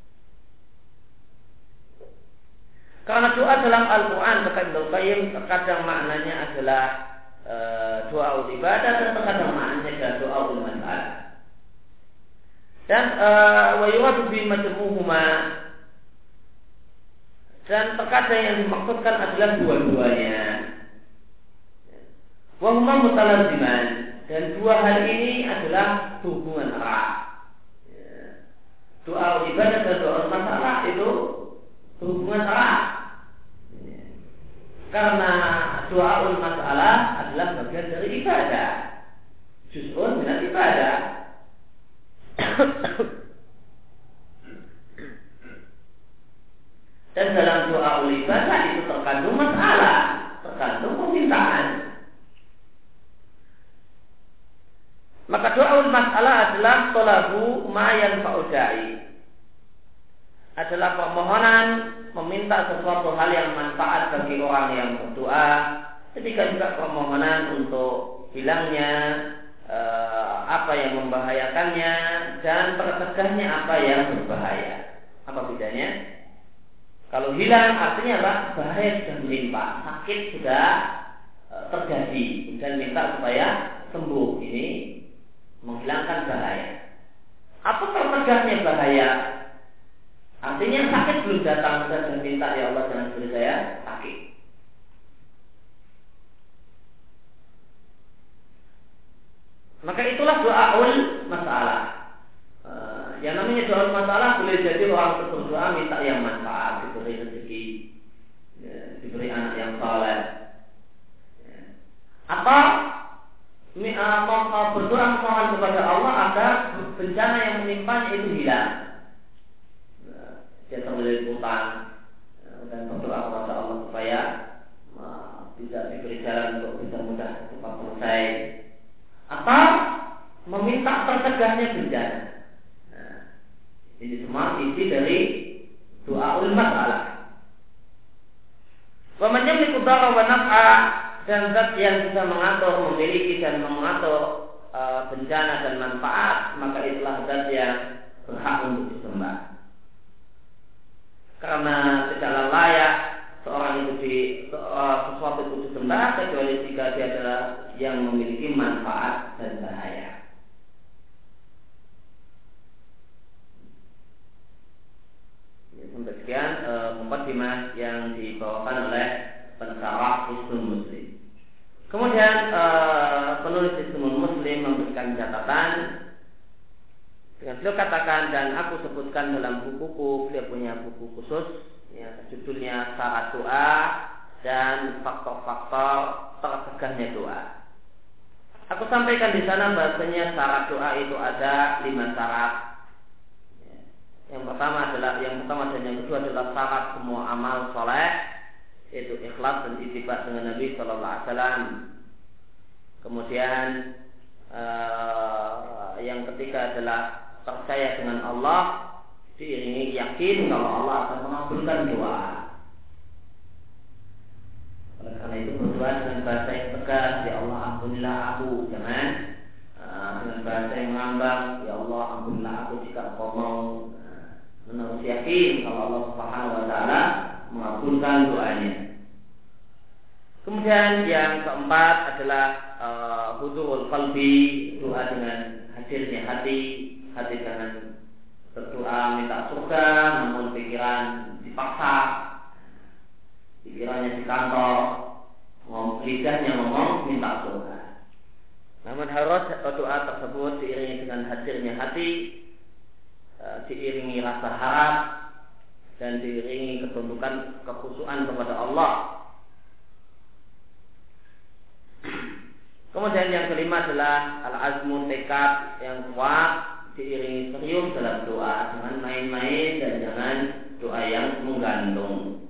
Karena doa dalam Al-Quran terkadang maknanya adalah doa ibadah dan terkadang maknanya adalah doa masalah. Dan wa yuradu bi majmu'uhuma, dan terkadang yang dimaksudkan adalah dua-duanya. Wa huma mutalaziman, dan dua hal ini adalah hubungan erat. Doa ibadah dan doa masalah itu hubungan erat. Karena doaul masalah adalah bagian dari ibadah, juz'un minal ibadah. Dan dalam doaul ibadah itu terkandung masalah, terkandung permintaan. Maka doaul masalah adalah talabu ma yanfa'u da'i, adalah permohonan meminta sesuatu hal yang manfaat bagi orang yang berdoa, ketika juga permohonan untuk hilangnya apa yang membahayakannya dan tercegahnya apa yang berbahaya. Apa bedanya? Kalau hilang artinya apa? Bahaya sudah menimpa, sakit sudah terjadi, dan minta supaya sembuh. Ini menghilangkan bahaya. Apa tercegahnya bahaya? Artinya sakit belum datang dan minta, ya Allah jangan beri saya sakit. Maka itulah doaul masalah. Yang namanya doaul masalah boleh jadi orang itu berdoa minta yang manfaat, diberi rezeki, diberi anak yang saleh, atau berdoa memohon kepada Allah agar bencana yang menimpanya itu hilang. Dia terlilit utang dan berdoa kepada Allah supaya bisa diberi jalan untuk bisa mudah cepat selesai, atau meminta tercegahnya bencana. Ini semua isi dari doaul masalah. Wa man yamliku darra wa naf'a, dan zat yang bisa mengatur, memiliki dan mengatur bencana dan manfaat, maka itulah zat yang berhak untuk disembah. Karena tidaklah layak seorang itu sesuatu itu disembah kecuali jika dia adalah yang memiliki manfaat dan bahaya. Sampai sekian mukadimah yang dibawakan oleh pensyarah Hisnul Muslim. Kemudian penulis Hisnul Muslim memberikan catatan dengan beliau katakan, dan aku sebutkan dalam bukuku, beliau punya buku khusus, ya, judulnya Syarat Doa dan Faktor-faktor tercegahnya doa. Aku sampaikan di sana bahasanya syarat doa itu ada 5 syarat. Yang pertama dan yang kedua adalah syarat semua amal soleh, yaitu ikhlas dan ittiba dengan Nabi Sallallahu Alaihi Wasallam. Kemudian yang ketiga adalah percaya dengan Allah, diiringi yakin kalau Allah akan mengabulkan doa. Oleh karena itu berdoa dengan bahasa yang tegas, ya Allah ampunilah aku, jangan dengan bahasa yang ngambang, ya Allah ampunilah aku jika engkau mau. Menurut yakin kalau Allah Subhanahu wa taala mengabulkan doanya. Kemudian yang keempat adalah hudurul qalbi, doa dengan hadirnya hati jangan berdoa minta surga namun pikiran dipaksa, pikirannya di kantor, lidahnya ngomong minta surga. Namun harus doa tersebut diiringi dengan hadirnya hati, diiringi rasa harap, dan diiringi ketundukan kekhusyuan kepada Allah. Kemudian yang kelima adalah al-azmu, tekad yang kuat, diiringi serius dalam doa, jangan main-main dan jangan doa yang menggantung.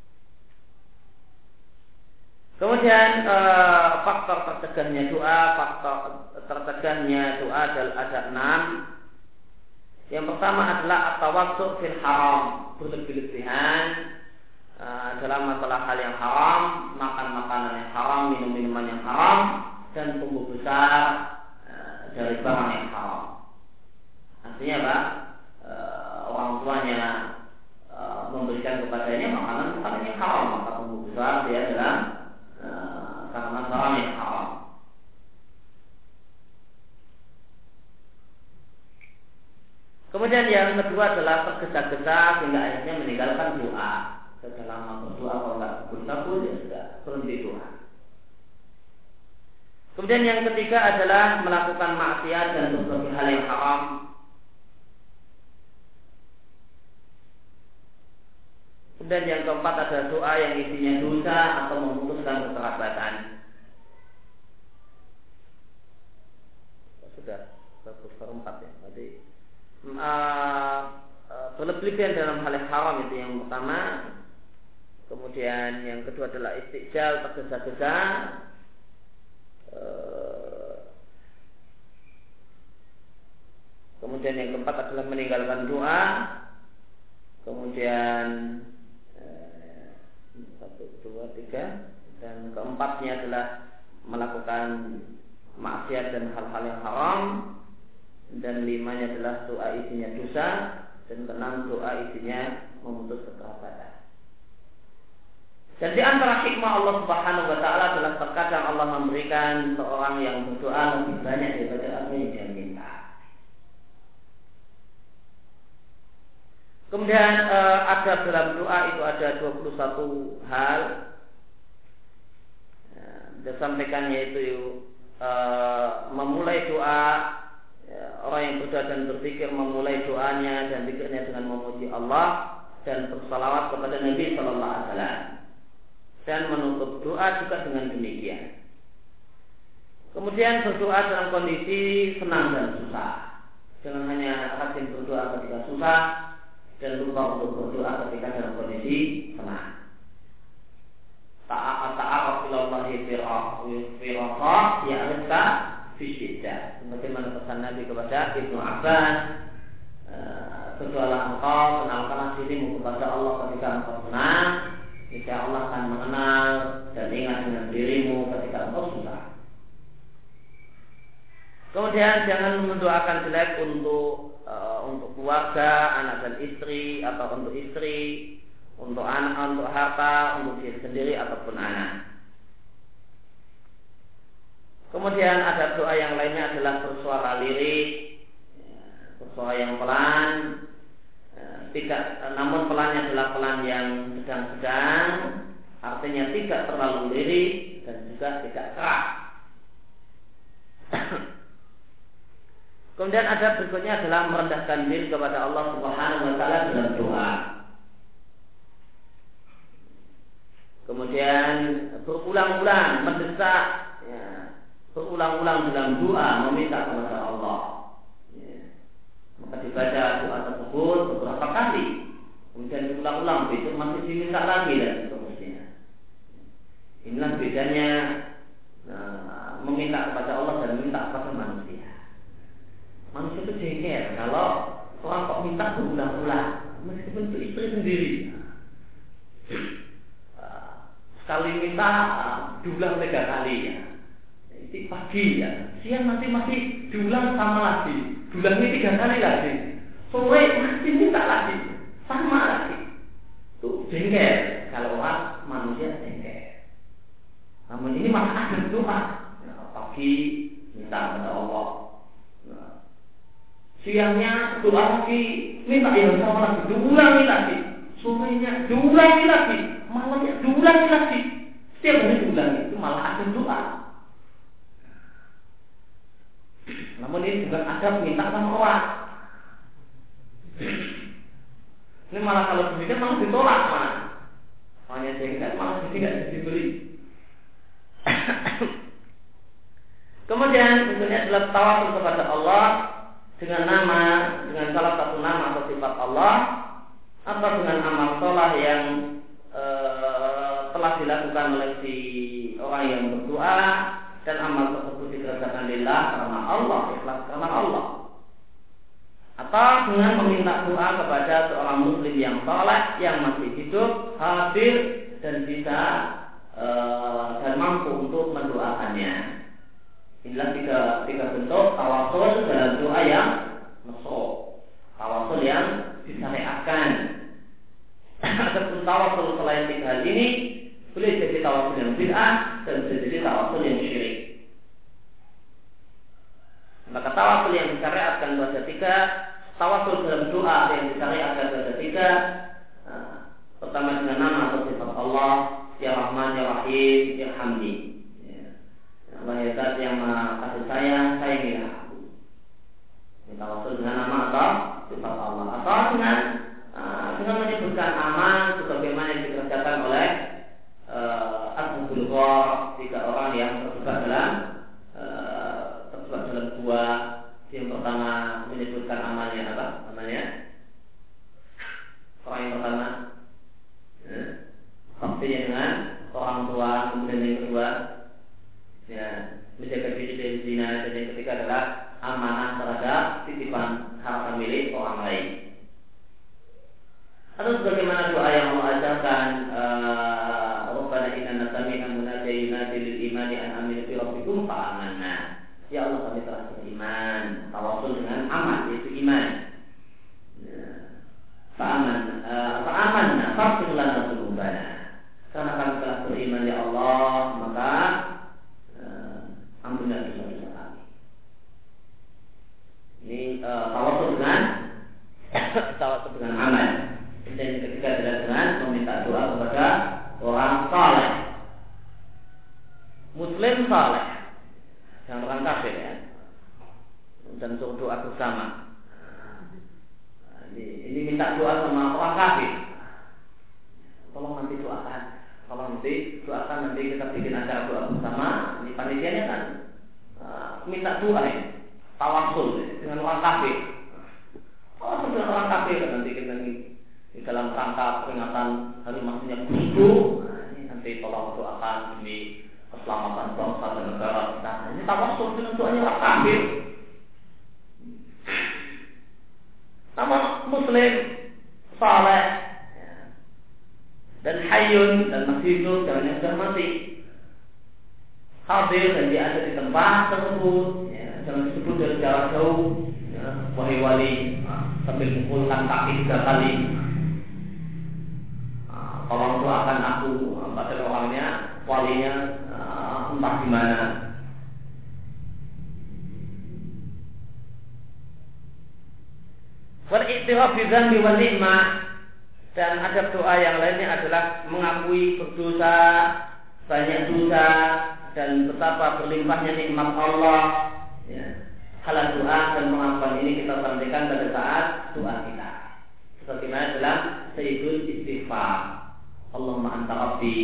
Kemudian faktor tercegahnya doa ada 6. Yang pertama adalah at-tawassu' fil haram, berlebih-lebihan dalam masalah hal yang haram, makan makanan yang haram, minum minuman yang haram, dan tumbuh besar dari barang yang haram. Artinya apa? Orang tuanya memberikan kepadanya makanan yang haram, maka tumbuh besar dia dalam karena barang yang haram. Kemudian yang kedua adalah tergesa-gesa sehingga akhirnya meninggalkan doa. Setelah lama berdoa kalau nggak kabul ya sudah berhenti doa. Kemudian yang ketiga adalah melakukan maksiat dan berbagai hal yang haram. Kemudian yang keempat adalah doa yang isinya dosa atau memutuskan kekerabatan. Sudah berempat ya. Jadi berlebihan dalam hal yang haram itu yang pertama. Kemudian yang kedua adalah istijal, tergesa-gesa. Kemudian yang keempat adalah meninggalkan doa. Kemudian 1, 2, 3. Dan keempatnya adalah melakukan maksiat dan hal-hal yang haram. Dan limanya adalah doa isinya dosa. Dan keenam doa isinya memutus kekerabatan. Dan di antara hikmah Allah Subhanahu wa taala adalah terkadang Allah memberikan seorang yang berdoa lebih banyak daripada apa yang dia minta. Kemudian ada dalam doa itu ada 21 hal. Dia sampaikan yaitu memulai doa, orang yang berdoa dan berpikir memulai doanya dan pikirnya dengan memuji Allah dan bersalawat kepada Nabi Sallallahu Alaihi Wasallam. Dan menutup doa juga dengan demikian. Kemudian berdoa dalam kondisi senang dan susah. Jangan hanya rajin berdoa ketika susah dan lupa untuk berdoa ketika dalam kondisi senang. Ta'aruf ilallahi firaqah ya'rifka fi syiddah. Sebagaimana pesan Nabi kepada Ibnu Abbas, berdoalah engkau, kenalkanlah dirimu kepada Allah ketika engkau senang. Jika Allah akan mengenal dan ingat dengan dirimu ketika engkau susah. Kemudian jangan mendoakan jelek untuk keluarga, anak dan istri, atau untuk istri, untuk anak, untuk harta, untuk diri sendiri ataupun anak. Kemudian ada doa yang lainnya adalah bersuara lirik, bersuara yang pelan. Namun pelannya adalah pelan yang sedang-sedang, artinya tidak terlalu lirik dan juga tidak keras. Kemudian ada berikutnya adalah merendahkan diri kepada Allah Subhanahu wa taala dalam doa. Kemudian berulang-ulang mendesak, berulang-ulang dalam doa meminta kepada Allah. Maka dibaca doa tersebut beberapa kali, kemudian diulang-ulang, besok masih diminta lagi dan seterusnya. Inilah bedanya meminta kepada Allah dan meminta kepada manusia. Manusia itu jengkel kalau orang kok minta berulang-ulang, meskipun itu istri sendiri. Sekali minta diulang 3 kali ya. Itu pagi ya, siang nanti masih diulang sama lagi. Diulangi 3 kali lagi, sore masih minta lagi, sama lagi. Tuh jengkel kalau orang manusia jengkel. Namun ini malah ada doa. Pagi minta kepada Allah, siangnya doa lagi, minta yang sama lagi, diulangi lagi, sorenya diulangi lagi, malamnya diulangi lagi. Setiap hari diulangi, itu malah ada doa. Namun ini juga ada minta sama orang. Ini malah kalau demikian malah ditolak malah. Hanya jengkel malah tidak diberi. Kemudian tentunya adalah tawasul kepada Allah dengan salah satu nama atau sifat Allah, atau dengan amal sholat yang telah dilakukan oleh si orang yang berdoa, dan amal tersebut dikerjakan lillah karena Allah, ikhlas karena Allah. atau dengan meminta doa kepada seorang muslim yang saleh yang masih hidup, hadir dan bisa dan mampu untuk mendoakannya. Inilah tiga bentuk tawasul dalam doa yang masyru', tawasul yang disyariatkan. Adapun tawasul selain tiga hal ini boleh jadi tawasul yang bid'ah dan boleh jadi tawasul yang syirik. Maka tawasul yang disyariatkan ada tiga, tawasul dalam doa yang disyariatkan ada tiga. Pertama dengan nama atau sifat Allah, Ya Rahman, Ya Rahim, Ya Hamdi. Allah ya Zat yang maha kasih sayang, sayangilah aku. Ini tawasul dengan nama atau sifat Allah, atau dengan menyebutkan aman sebagaimana yang dikerjakan oleh Ashabul Ghar, tiga orang yang terjebak dalam gua. Yang pertama menyebutkan amalnya apa? Namanya orang yang pertama baktinya dengan orang tua, kemudian yang kedua menjaga diri dari zina, dan yang ketiga adalah amanah terhadap titipan harta milik orang lain. Atau sebagaimana doa yang Allah ajarkan, Rabbana inna sami'na munadiyan yunadi lil imani an aminu bi rabbikum fa amanna. Ya Allah, kami telah beriman. Tawasul dengan aman, yaitu iman. Fa'amanna faghfir lana dzunubana. Karena kami telah beriman ya Allah, maka ampunilah dosa-dosa kami. Ini tawasul dengan aman. Dan yang ketiga adalah dengan meminta doa kepada orang saleh, muslim saleh, yang orang kafir ya, dan untuk doa bersama. Ini minta doa sama orang kafir. Tolong nanti doakan, nanti kita bikin acara doa bersama. Ini panitianya kan minta doa ini, tawasul dengan orang kafir. Tawasul dengan orang kafir kan nanti kita di dalam rangka peringatan hari maksudnya Buku. Ini nanti tolong doakan demi keselamatan bangsa dan negara kita. Ini tawasul dengan doanya orang kafir. Nama muslim saleh dan hayyun dan masih hidup dan yang sudah mati, hadir dan dia ada di tempat tersebut, jangan disebut dari jarak jauh, wahai wali, sambil pukulkan kaki 3 kali. Tolong doakan aku, padahal orangnya, walinya entah di mana. Wal-i'tiraf bi dzambi wal ni'mah, dan adab doa yang lainnya adalah mengakui berdosa, banyak dosa, dan betapa berlimpahnya nikmat Allah. Halal doa dan mengakukan ini kita sampaikan pada saat doa kita. Seperti mana dalam Sayyidul Istighfar. Allahumma anta rabbi.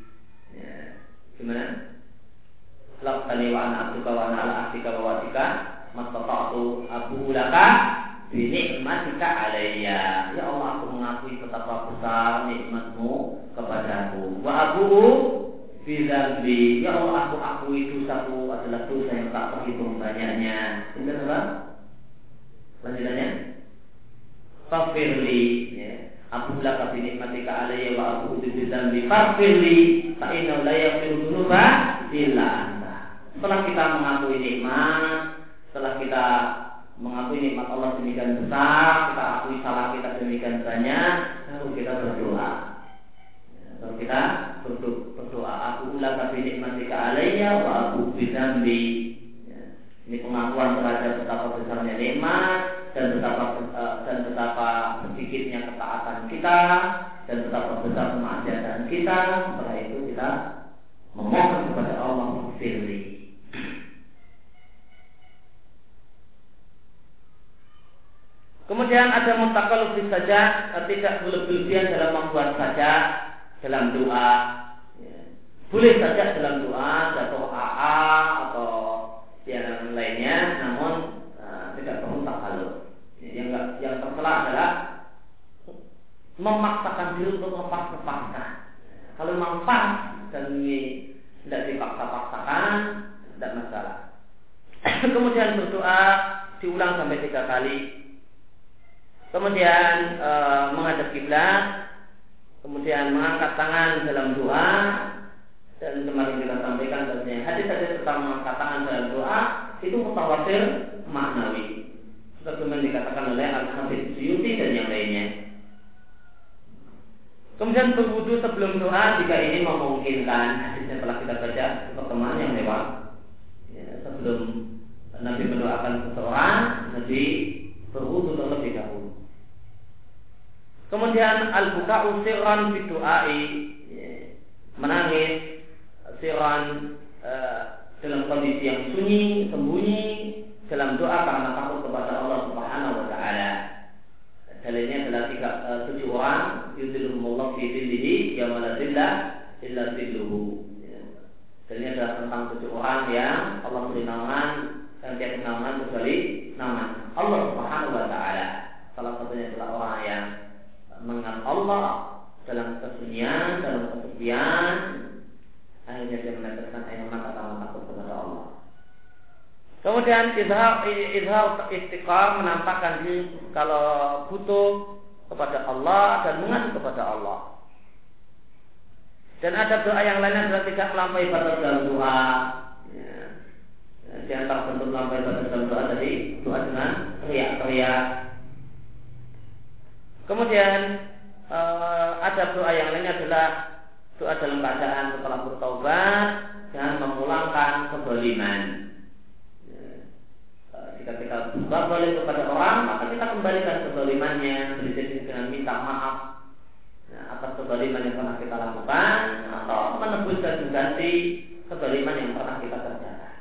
Gimana? Laqtani wa ana abduka wa ana ala ahdika wa wa'dika mastata'tu abu laka bi ni'matika alayya. Ya Allah, aku mengakui betapa besar nikmatmu kepadaku. Wa abu bi dzambi. Ya Allah, aku akui dosaku adalah dosa yang tak terhitung banyaknya. Benar apa? Lanjutannya. Faghfirli, Abu laka bi nikmatika alayya wa abu bi dzambi faghfirli fa innahu la yaghfiru dzunuba illa anta. Setelah kita mengakui nikmat, setelah kita mengakui nikmat Allah demikian besar, kita akui salah kita demikian banyak, lalu kita berdoa. Lalu kita berdoa, Abu laka bi nikmatika alayya wa abu bi dzambi. Ini pengakuan terhadap betapa besarnya nikmat dan betapa sedikitnya ketaatan kita dan betapa besar kemaksiatan kita. Setelah itu kita memohon kepada Allah firli. Kemudian ada mutaqallib saja, tidak berlebihan dalam membuat saja dalam doa. Boleh saja dalam doa atau AA atau yang lainnya, namun tidak perlu takalluf. Yang tercela adalah memaksakan diri untuk lepas-lepaskan. Kalau memang pas dan ini tidak dipaksa-paksakan, tidak masalah. Kemudian berdoa diulang sampai 3 kali. kemudian menghadap kiblat, kemudian mengangkat tangan dalam doa. Dan kemarin kita sampaikan bahwasanya hadis-hadis tentang mengangkat tangan dalam doa itu mutawatir maknawi, sebagaimana dikatakan oleh Al-Habib Suyuti dan yang lainnya. Kemudian berwudu sebelum doa jika ini memungkinkan. Hadisnya telah kita baca di pertemuan yang lewat. Sebelum Nabi mendoakan seseorang, Nabi berwudu terlebih dahulu. Kemudian al-buka'u sirran fi du'ai, menangis sirran dalam kondisi yang sunyi, sembunyi dalam doa karena takut kepada Allah Subhanahu wa taala. Dalilnya adalah 7 orang yudhilluhumullah fi dhillihi yauma la dhilla illa dhilluhu. Dalilnya adalah tentang 7 orang yang Allah beri naungan dan tiada naungan kecuali naungan Allah Subhanahu wa taala. Salah satunya adalah orang yang mengenal Allah dalam kesunyian, dalam kesepian, akhirnya dia meneteskan air mata karena takut kepada Allah. Kemudian izhar istiqam, menampakkan diri kalau butuh kepada Allah dan mengadu kepada Allah. Dan ada doa yang lainnya adalah tidak melampaui batas dalam doa. Di antara bentuk melampaui batas dalam doa tadi doa dengan teriak-teriak. Kemudian ada doa yang lainnya adalah doa dalam keadaan setelah bertaubat dan memulangkan kezaliman. Jika kita berbuat kepada orang, maka kita kembalikan kezalimannya, jadi dengan minta maaf atas kezaliman yang pernah kita lakukan, atau menebus dan mengganti kezaliman yang pernah kita kerjakan.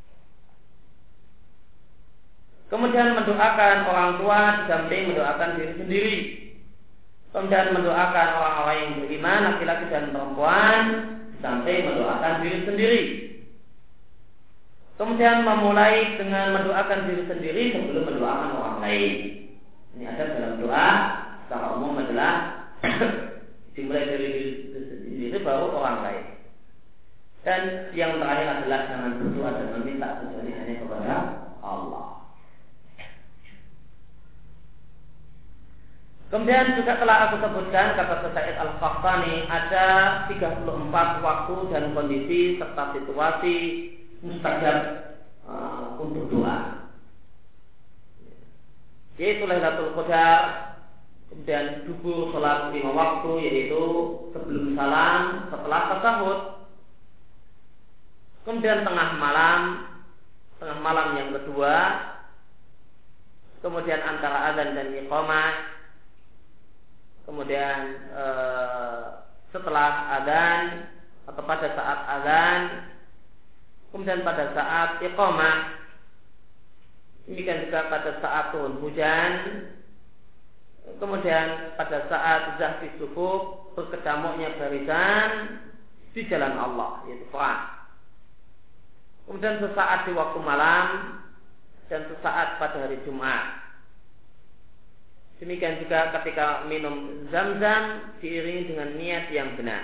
Kemudian mendoakan orang tua didampingi mendoakan diri sendiri. Kemudian mendoakan orang-orang yang beriman, laki-laki dan perempuan, sampai mendoakan diri sendiri. Kemudian memulai dengan mendoakan diri sendiri sebelum mendoakan orang lain. Ini ada dalam doa secara umum adalah dimulai dari diri sendiri baru orang lain. Dan yang terakhir adalah jangan berdoa dan meminta kecuali hanya kepada Allah. Kemudian juga telah aku sebutkan, kata Said Al-Qahtani, ada 34 waktu dan kondisi serta situasi mustajab untuk doa. Yaitu Lailatul Qadar, kemudian dubur salat 5 waktu, yaitu sebelum salam, setelah tasyahud, kemudian tengah malam yang kedua, kemudian antara azan dan iqamah, kemudian setelah azan atau pada saat azan, kemudian pada saat iqamah, demikian juga pada saat turun hujan, kemudian pada saat zahfi sufuf, berkecamuknya barisan di jalan Allah, yaitu perang, kemudian sesaat di waktu malam, dan sesaat pada hari Jumat. Demikian juga ketika minum zam-zam diiringi dengan niat yang benar.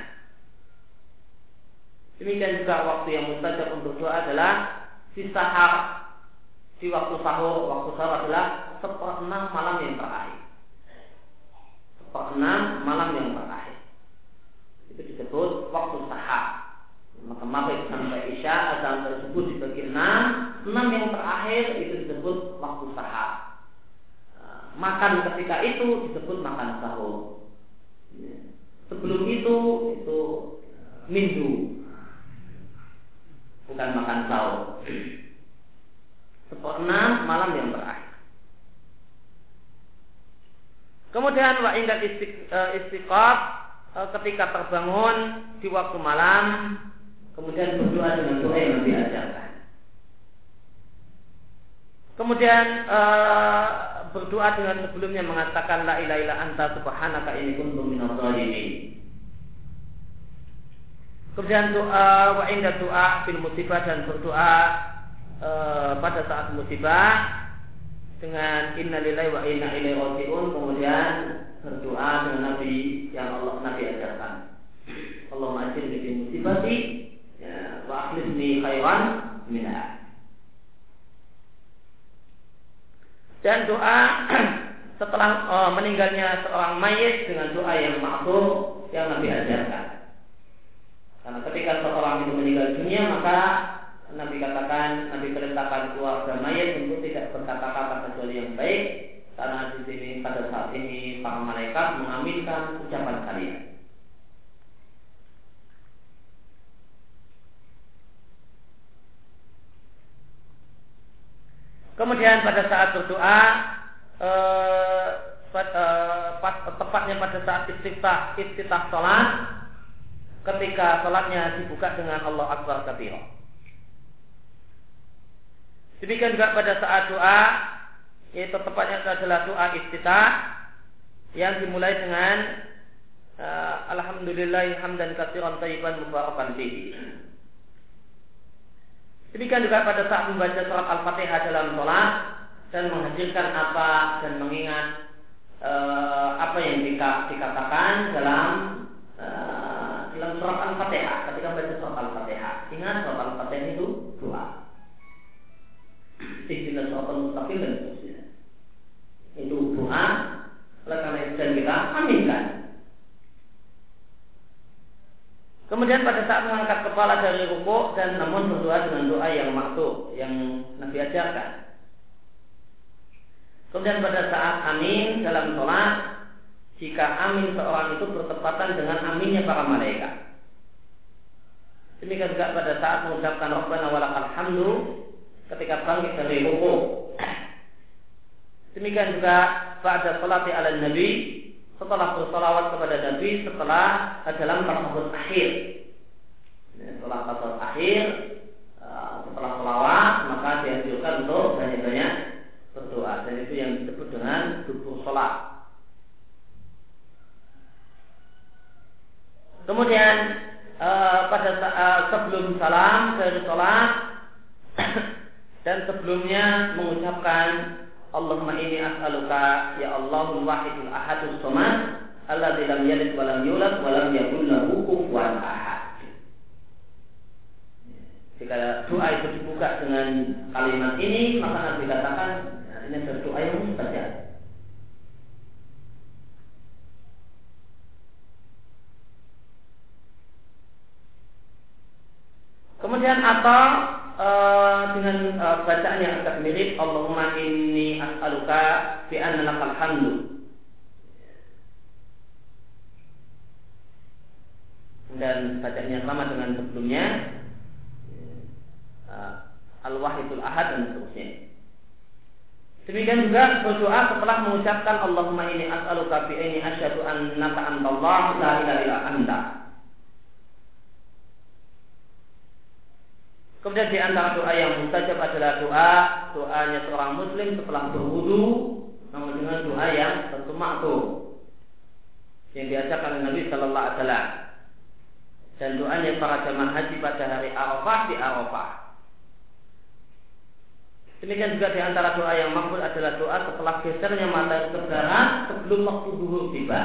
Demikian juga waktu yang mustajab untuk doa adalah di sahar, di waktu sahur. Waktu sahur adalah 1/6 malam yang terakhir. 1/6 malam yang terakhir. Itu disebut waktu sahar. Maka maghrib sampai isya azan tersebut dibagi 6 yang terakhir itu disebut waktu sahar. Makan ketika itu disebut makan sahur. Sebelum itu mindu, bukan makan sahur. 1/6 malam yang terakhir. Kemudian wa inda istiqaq, ketika terbangun di waktu malam, kemudian berdoa dengan doa yang diajarkan. Kemudian berdoa dengan sebelumnya mengatakan la ilaha illa anta subhanaka inni kuntu minadh dhalimin. Kemudian doa wa inda doa bil musibah, dan berdoa pada saat musibah dengan inna lillahi wa inna ilaihi raji'un. Kemudian berdoa dengan Nabi yang Nabi ajarkan. Allahumma ajirni fi musibati wa akhlifni khairan minha. Dan doa setelah meninggalnya seorang mayit dengan doa yang ma'thur yang Nabi ajarkan. Karena ketika seorang itu meninggal dunia, maka Nabi perintahkan keluarga mayit untuk tidak berkata-kata kecuali yang baik, karena di sini pada saat ini para malaikat mengaminkan ucapan kalian. Kemudian pada saat berdoa, tepatnya pada saat iftitah salat, ketika salatnya dibuka dengan Allah Akbar kabira. Demikian juga pada saat doa, yaitu tepatnya adalah doa iftitah yang dimulai dengan alhamdulillahi hamdan katsiran thayyiban mubarakan fihi. Demikian juga pada saat membaca surat Al-Fatihah dalam sholat dan menghadirkan apa dan mengingat apa yang dikatakan dalam surat Al-Fatihah. Ketika membaca surat Al-Fatihah, ingat surat Al-Fatihah itu doa. Ihdinas shiratal mustaqim dan seterusnya. Itu doa. Oleh karena itu dan kita aminkan. Kemudian pada saat mengangkat kepala dari rukuk dan namun berdoa dengan doa yang ma'thur yang Nabi ajarkan. Kemudian pada saat amin dalam sholat, jika amin seorang itu bertepatan dengan aminnya para malaikat. Demikian juga pada saat mengucapkan Rabbana walakal hamdu ketika bangkit dari rukuk. Demikian juga pada salati ala Nabi, setelah bersalawat kepada Nabi setelah dalam tasyahud akhir. Setelah tasyahud akhir, setelah salawat, maka dianjurkan untuk banyak-banyak berdoa, dan itu yang disebut dengan dubur salat. Kemudian pada saat sebelum salam dari salat dan sebelumnya mengucapkan Allahumma inni as'aluka ya Allahul wahidul ahadus samad alladzi lam yalid wa lam yulad wa lam yakul lahu kufuwan ahad. Jika doa itu dibuka dengan kalimat ini, maka Nabi katakan ini adalah doa yang mustajab. Kemudian atau dengan bacaan yang agak mirip, Allahumma inni as'aluka bi anna lakal hamdu. Dan bacaannya sama dengan sebelumnya, al-wahidul ahad dan seterusnya. Demikian juga berdoa setelah mengucapkan Allahumma inni as'aluka bi anni asyhadu annaka antallah la ilaha illa anta. Kemudian di antara doa yang mustajab adalah doanya seorang muslim setelah berwudu, namun dengan doa yang tentu ma'thur yang diajarkan oleh Nabi sallallahu alaihi wasallam, dan doanya para jamaah haji pada hari Arafah di Arafah. Demikian juga di antara doa yang makbul adalah doa setelah gesernya matahari ke barat sebelum waktu zuhur tiba.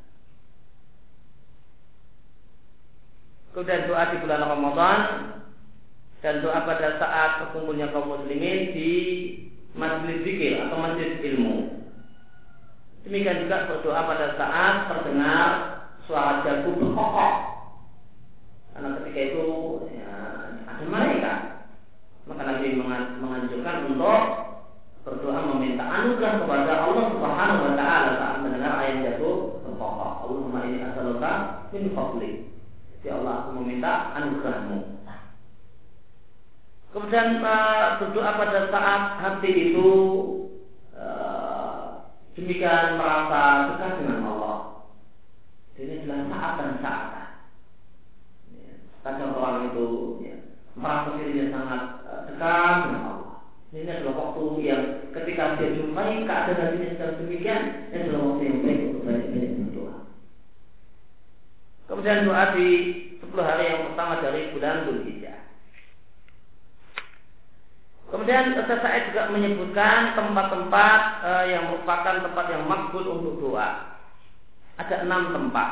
Kemudian doa di bulan Ramadan, dan doa pada saat berkumpulnya kaum muslimin di majelis zikir atau majelis ilmu. Demikian juga berdoa pada saat terdengar suara jago berkokok, karena ketika itu ada malaikat. Maka Nabi menganjurkan untuk berdoa meminta anugerah kepada Allah Subhanahu wa taala saat mendengar ayat jago berkokok. Allahumma inni as'aluka min fadlik. Ya Allah, aku meminta anugerahmu. Kemudian berdoa pada saat hati itu demikian merasa dekat dengan Allah. Ini adalah saat dan saat. Kadang orang itu merasa dirinya sangat dekat dengan Allah. Ini adalah waktu yang ketika dia jumpai keadaan hatinya secara demikian, ini adalah waktu yang baik untuk banyak-banyak berdoa. Kemudian doa di 10 hari yang pertama dari bulan Dzulhijjah. Kemudian saya juga menyebutkan tempat-tempat yang merupakan tempat yang makbul untuk doa. Ada 6 tempat.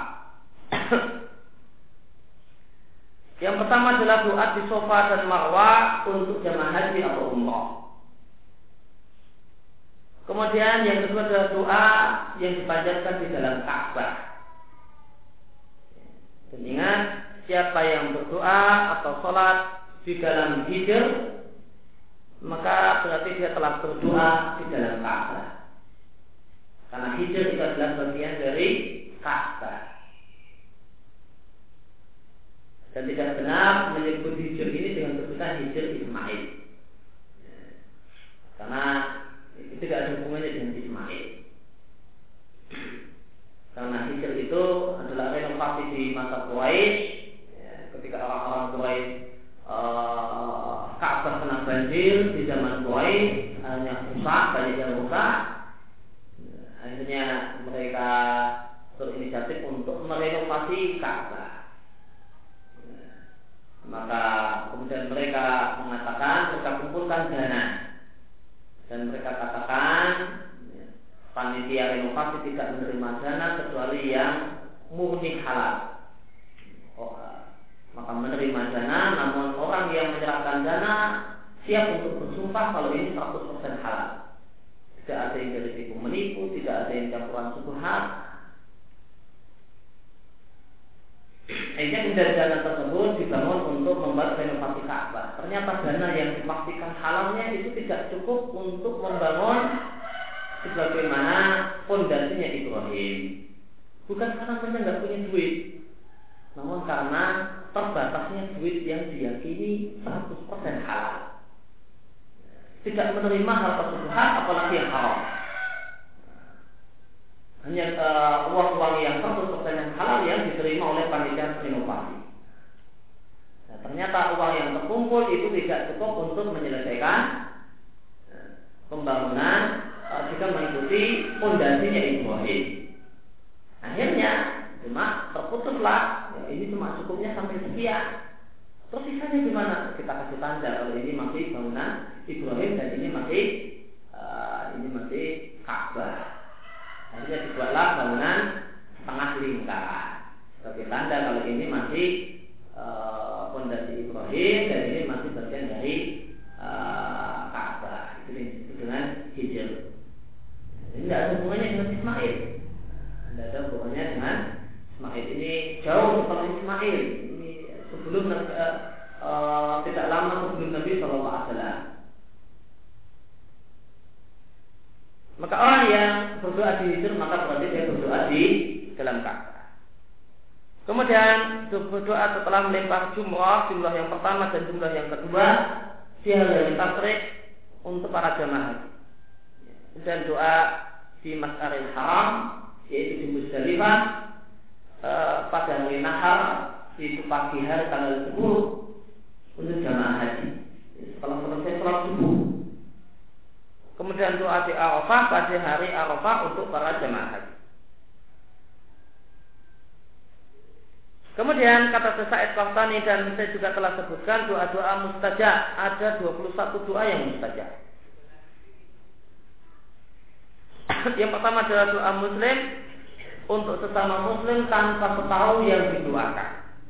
Yang pertama adalah doa di Safa dan Marwah untuk jamaah haji atau umrah. Kemudian yang kedua adalah doa yang dipanjatkan di dalam Ka'bah. Dan ingat, siapa yang berdoa atau sholat di dalam hijr, maka berarti dia telah berdoa di dalam Ka'bah. Karena hijr itu adalah bagian dari Ka'bah. Dan tidak benar menyebut hijr ini dengan sebutan hijr Ismail, karena itu tidak ada hubungannya dengan Ismail. Karena hijr itu adalah renovasi di masa Quraisy, ketika orang-orang Quraisy Ka'bah kena banjir di zaman Quraisy, hanya rusak, banyak yang rusak. Akhirnya mereka berinisiatif untuk merenovasi Ka'bah. Maka kemudian mereka mengatakan, mereka kumpulkan dana, dan mereka katakan panitia renovasi tidak menerima dana kecuali yang murni halal. Maka menerima dana, namun orang yang menyerahkan dana siap untuk bersumpah kalau ini 100% halal. Tidak ada yang dari tipu menipu, tidak ada yang campuran subhat. Akhirnya kemudian dana tersebut dibangun untuk membuat renovasi Ka'bah. Ternyata dana yang dipastikan halalnya itu tidak cukup untuk membangun sebagaimana fondasinya Ibrahim. Bukan karena mereka nggak punya duit, namun karena terbatasnya duit yang diyakini 100% halal. Tidak menerima harta subhat, apalagi yang haram. Hanya uang-uang yang 100% yang halal yang diterima oleh panitia renovasi. Nah, ternyata uang yang terkumpul itu tidak cukup untuk menyelesaikan pembangunan jika mengikuti fondasinya Ibrahim. Akhirnya cuma terputuslah, ini cuma cukupnya sampai sekian. Terus sisanya gimana? Kita kasih tanda kalau ini masih bangunan Ibrahim dan ini masih Ka'bah. Akhirnya dibuatlah bangunan setengah lingkaran sebagai tanda kalau ini masih fondasi Ibrahim dan ini masih bagian dari Ka'bah. Itu disebut dengan hijr. Ini tidak ada hubungannya dengan Ismail. Tidak ada hubungannya dengan Ismail. Ini jauh seperti Ismail. Ini sebelum tidak lama sebelum Nabi SAW. Maka orang yang berdoa di hijr, maka berarti dia berdoa di dalam Ka'bah. Kemudian berdoa setelah melempar jumrah, jumlah yang pertama dan jumlah yang kedua, dia harus tasyrik untuk para jamaah haji. Dan doa di Mas'aril Haram, yaitu di Muzdalifah, pada hari Nahar, yaitu pagi hari tanggal 10 untuk jamaah haji. Setelah selesai sholat subuh. Kemudian doa di Arafah pada hari Arafah untuk para jemaah haji. Kemudian kata Sa'id Qahtani dan saya juga telah sebutkan doa-doa mustajab. Ada 21 doa yang mustajab. Yang pertama adalah doa muslim untuk sesama muslim tanpa tahu yang didoakan.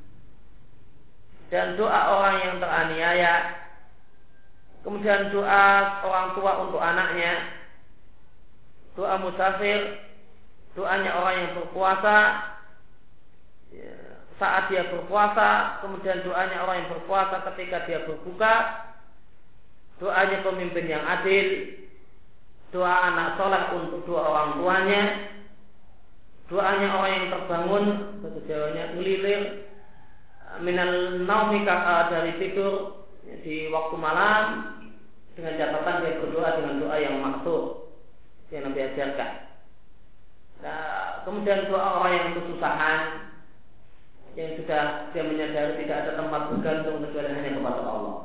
Dan doa orang yang teraniaya. Kemudian doa orang tua untuk anaknya, doa musafir, doanya orang yang berpuasa saat dia berpuasa, kemudian doanya orang yang berpuasa ketika dia berbuka, doanya pemimpin yang adil, doa anak soleh untuk dua orang tuanya, doanya orang yang terbangun, bahasa Jawanya ngelilir, minal naumika dari tidur di waktu malam, dengan catatan dia berdoa dengan doa yang maksud yang Nabi ajarkan. Nah, kemudian doa orang yang kesusahan, yang sudah dia menyadari tidak ada tempat bergantung kecuali hanya kepada Allah.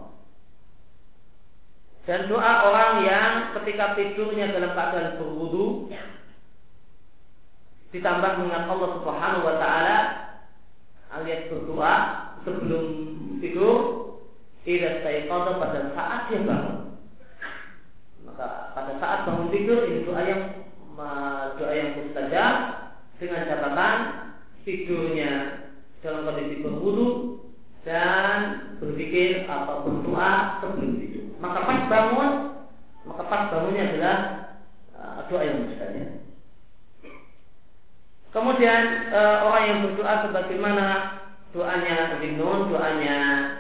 Dan doa orang yang ketika tidurnya dalam keadaan berwudu, ditambah mengingat Allah Subhanahu wa Ta'ala, alias berdoa sebelum tidur, idza staiqadha, pada saat dia bangun. Maka pada saat bangun tidur ini doa yang mustajab dengan catatan tidurnya dalam kondisi berwudu dan berzikir atau berdoa sebelum tidur. Maka pas bangunnya adalah doa yang mustajab. Kemudian orang yang berdoa sebagaimana doanya Ibnun, doanya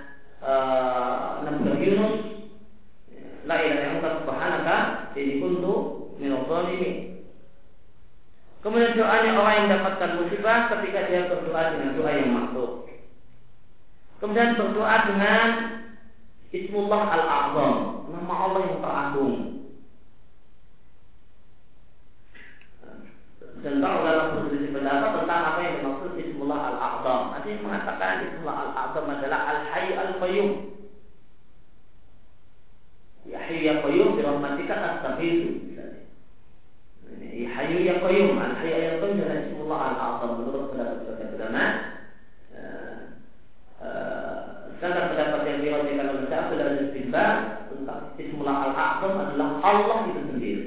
Nabi Yunus, la ilaha illa anta subhanaka inni kuntu minadh dhalimin. Kemudian doanya orang yang mendapatkan musibah ketika dia berdoa dengan doa yang makhluk. Kemudian berdoa dengan Ismullah Al-A'zam, nama Allah yang teragung. Dan kalau dalam berselisih pendapat tentang apa yang dimaksud Ismullah Al-A'zam, ada yang mengatakan Ismullah Al-A'zam adalah Al-Hayy Al-Qayyum. Ya Hayy Ya Qayyum birahmatika astaghfiru. Ya Hayy Ya Qayyum, Al-Hayy Ya Qayyum adalah Ismullah Al-A'zam menurut pendapat sebagian ulama. Sedangkan pendapat yang dirajikan oleh Syekh Abdul bin Baz tentang Ismullah Al-A'zam adalah Allah itu sendiri.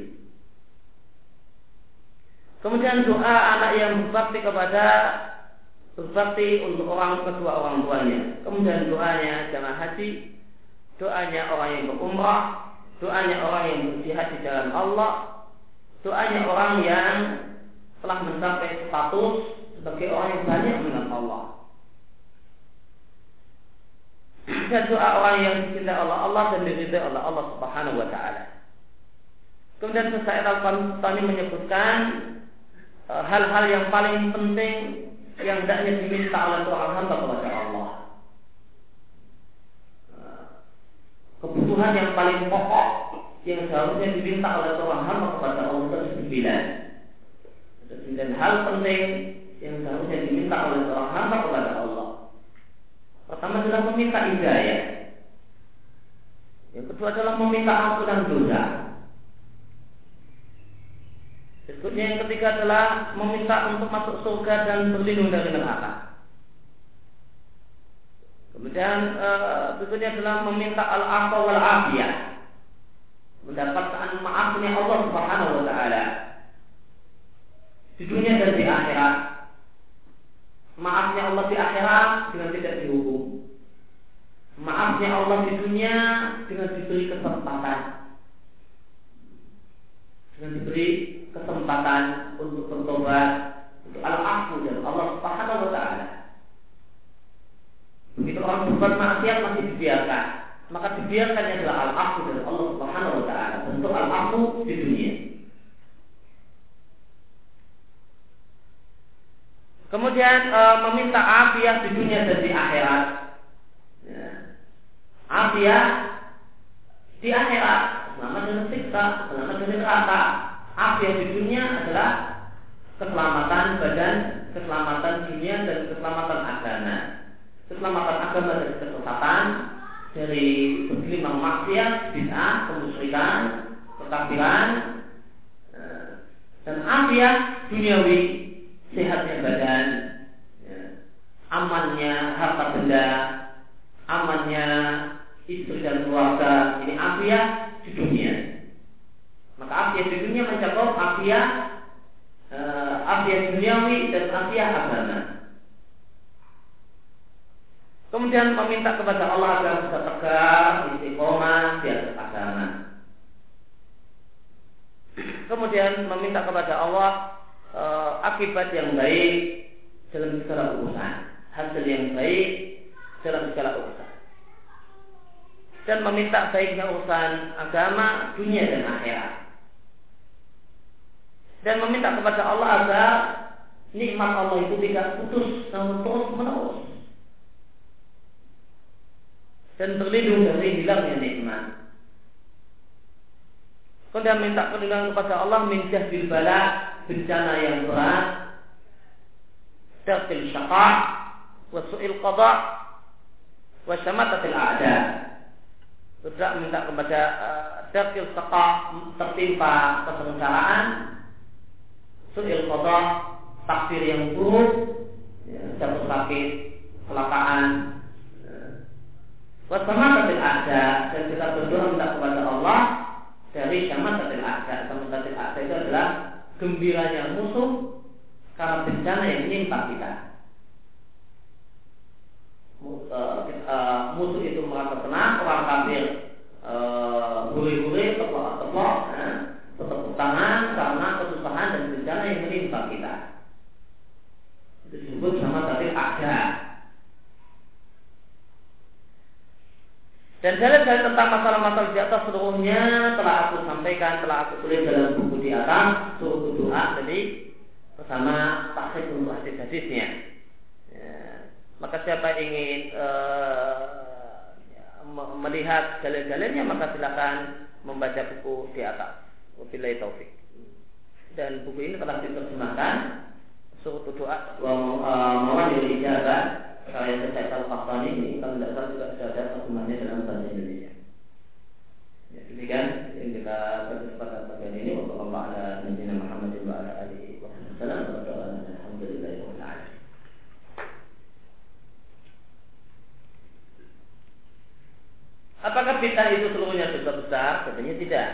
Kemudian doa anak yang berbakti untuk kedua orang tuanya. Kemudian doanya jamaah haji, doanya orang yang berumrah, doanya orang yang berjihad di jalan Allah, doanya orang yang telah mencapai status sebagai orang yang banyak mengenal Allah. Dan doa orang yang dicintai Allah dan diridai oleh Allah Subhanahu wa taala. Kemudian Syekh Al-Albani menyebutkan hal-hal yang paling penting yang hendaknya diminta oleh seorang hamba kepada Allah. Kebutuhan yang paling pokok yang seharusnya diminta oleh seorang hamba kepada Allah itu 9 hal penting yang seharusnya diminta oleh seorang hamba kepada Allah. Pertama adalah meminta hidayah. Yang kedua adalah meminta ampunan dosa. Berikutnya yang ketiga adalah meminta untuk masuk surga dan berlindung dari neraka. Kemudian berikutnya adalah meminta al-'afwa wal 'afiyah, mendapatkan maafnya Allah Subhanahu wa taala di dunia dan di akhirat. Maafnya Allah di akhirat dengan tidak dihukum. Maafnya Allah di dunia dengan diberi kesempatan. Dengan diberi kesempatan untuk bertobat, untuk al-'afwu dari Allah Subhanahu wa taala. Begitu orang berbuat maksiat masih dibiarkan, maka dibiarkannya adalah al-'afwu dari Allah Subhanahu wa taala, untuk al-'afwu di dunia. Kemudian meminta afiyah di dunia dan di akhirat. Ya. Afiyah di akhirat, selamat dari siksa, selamat dari neraka. Afiyah di dunia adalah keselamatan badan, keselamatan dunia dan keselamatan agama. Keselamatan agama dari kesesatan, dari bergelimang maksiat, bid'ah, kemusyrikan, kekafiran, dan afiyah duniawi, sehatnya badan, amannya harta benda, amannya istri dan keluarga. Ini afiyah di dunia. Maka afiyah di dunia mencakup afiyah duniawi dan afiyah agama. Kemudian meminta kepada Allah agar bisa tegar, istiqomah di atas agama. Kemudian meminta kepada Allah akibat yang baik dalam segala urusan, hasil yang baik dalam segala urusan, dan meminta baiknya urusan agama, dunia dan akhirat, dan meminta kepada Allah agar nikmat Allah itu tidak putus namun terus menerus, dan berlindung dari hilangnya nikmat. Kemudian minta perlindungan kepada Allah min jahbil bala, bencana yang berat, darkil syaqa, wa su'il qada, wa syamatatil a'da. Juga minta kepada darkil syaqa, tertimpa kesengsaraan, su'il qada, takdir yang buruk, jatuh sakit, kecelakaan, wa syamatatil a'da. Dan kita berdoa minta kepada Allah dari syamatatil a'da. Syamatatil a'da itu adalah gembiranya musuh karena bencana yang menimpa kita. Musuh itu merasa tenang, orang kafir huri-huri, tepuk tangan karena di atas seluruhnya telah aku sampaikan, telah aku tulis dalam buku di atas suruh doa. Jadi bersama takhid untuk hadis-hadisnya. Ya, maka siapa ingin melihat dalil-dalilnya maka silakan membaca buku di atas. Wabillahi taufik. Dan buku ini telah diterjemahkan suruh doa Mawani Ijazah karya Syekh Al-Qahtani ini kalau tidak salah juga sudah ada terjemahnya dalam bahasa Indonesia. Ya, demikian yang kita berkesempatan bagian ini untuk Allah ala Nabi Muhammad wa ala alihi wasallam. Alhamdulillahirabbil alamin. Apakah bid'ah itu seluruhnya dosa besar? Katanya tidak.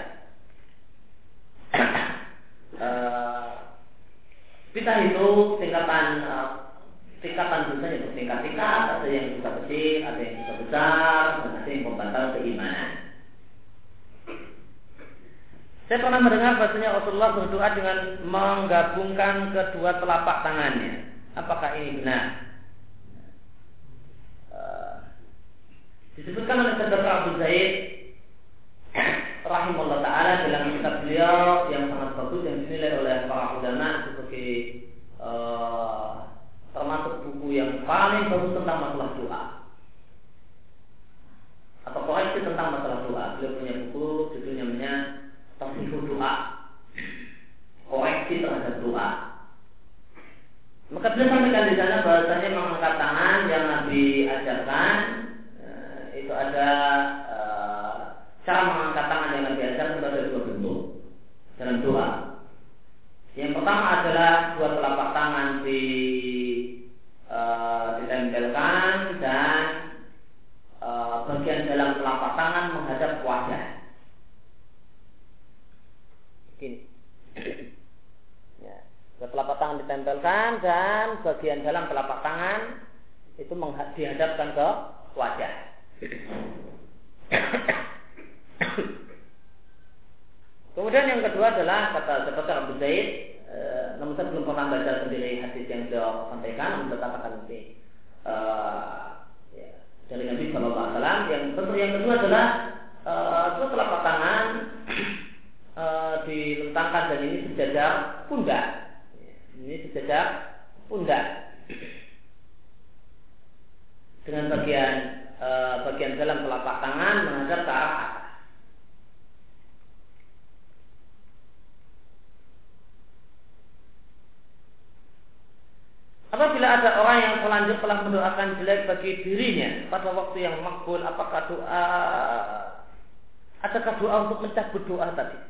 Bid'ah itu tingkatan dosanya bertingkat-tingkat, ada yang dosa kecil, ada yang dosa besar, dan ada yang pembatal keimanan. Saya pernah mendengar bahasanya Rasulullah berdoa dengan menggabungkan kedua telapak tangannya. Apakah ini benar? Disebutkan oleh Syekh Abu Zaid rahimahullah ta'ala dalam kitab beliau yang sangat bagus yang dinilai oleh para ulama sebagai termasuk buku yang paling bagus tentang masalah doa atau koreksi tentang masalah doa. Beliau punya buku judulnya Tafsirul Doa, koreksi terhadap doa. Maka beliau sampaikan di sana bahasanya mengangkat tangan yang Nabi ajarkan itu ada cara mengangkat tangan yang Nabi ajarkan itu ada dua bentuk dalam doa. Yang pertama adalah dua telapak tangan ditempelkan dan bagian dalam telapak tangan menghadap wajah. Begini. Ya, telapak tangan ditempelkan dan bagian dalam telapak tangan itu dihadapkan ke wajah. Kemudian yang kedua adalah kata Abu Zaid, namun saya belum pernah baca sendiri hadis yang beliau sampaikan, namun saya katakan nanti dari Nabi Sallallahu Alaihi Wasallam. Yang bentuk yang kedua adalah dua telapak tangan dilentangkan dan ini sejajar pundak. Ini sejajar pundak dengan bagian dalam telapak tangan menghadap ke arah atas. Apabila ada orang yang terlanjur telah mendoakan jelek bagi dirinya pada waktu yang makbul, adakah doa untuk mencabut doa tadi?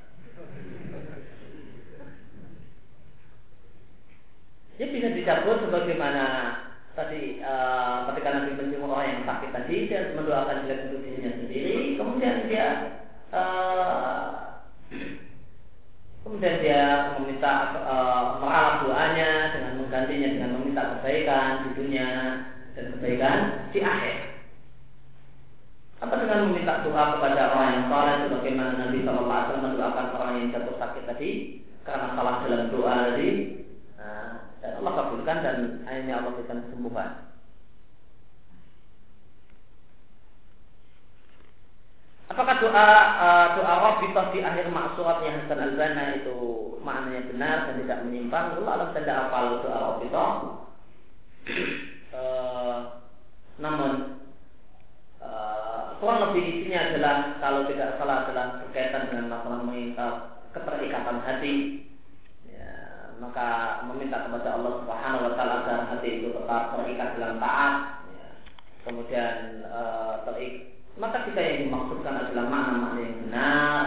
Dia bisa dicabut sebagaimana tadi ketika Nabi menjenguk orang yang sakit tadi dan mendoakan jelek untuk dirinya sendiri, kemudian dia meminta meralat doanya dengan menggantinya dengan meminta kebaikan di dunia dan kebaikan di akhir. Apa dengan meminta doa kepada orang yang saleh sebagaimana Nabi Sallallahu Alaihi Wasallam mendoakan orang yang jatuh sakit tadi karena salah dalam doa tadi, dan Allah kabulkan dan akhirnya Allah berikan kesembuhan. Apakah doa Rabbitah di akhir maksuratnya Hasan Al-Banna itu maknanya benar dan tidak menyimpang? Allah alam tidak hafal doa Rabbitah. Namun kurang lebih isinya adalah kalau tidak salah adalah berkaitan dengan masalah mengingat keterikatan hati. Maka meminta kepada Allah Subhanahu wa taala agar hati itu tetap terikat dalam taat, kemudian maka jika yang dimaksudkan adalah makna-makna yang benar,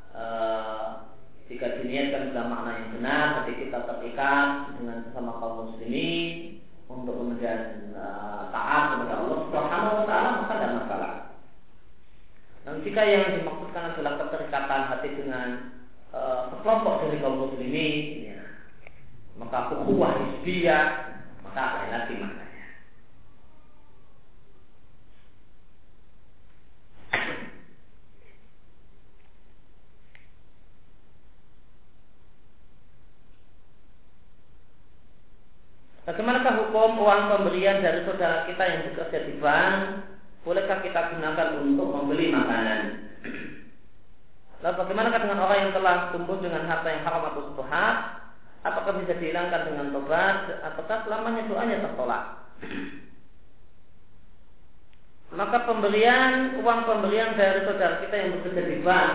jika diniatkan adalah makna yang benar, hati kita terikat dengan sesama kaum muslimin untuk kemudian taat kepada Allah Subhanahu wa taala, maka tidak masalah. Dan jika yang dimaksudkan adalah keterikatan hati dengan sekelompok dari kaum muslimin, maka ukhuwah hizbiyah, maka lain lagi maknanya. Bagaimanakah hukum uang pemberian dari saudara kita yang bekerja di bank? Bolehkah kita gunakan untuk membeli makanan? Lalu bagaimana dengan orang yang telah tumbuh dengan harta yang haram atau subhat? Apakah bisa dihilangkan dengan tobat? Ataukah selamanya doanya tertolak? Maka uang pemberian dari saudara kita yang bekerja di bank,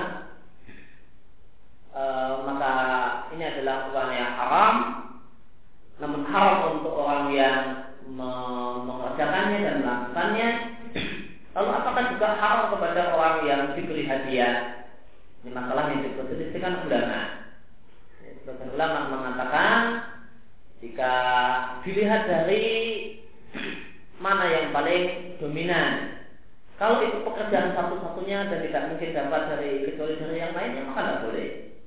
maka ini adalah uang yang haram, namun haram untuk orang yang mengerjakannya dan melakukannya. Lalu apakah juga haram kepada orang yang diberi hadiah? Ini masalah yang diperselisihkan ulama. Sebagian ulama mengatakan jika dilihat dari mana yang paling dominan, kalau itu pekerjaan satu-satunya dan tidak mungkin dapat kecuali dari yang lainnya, maka tidak boleh.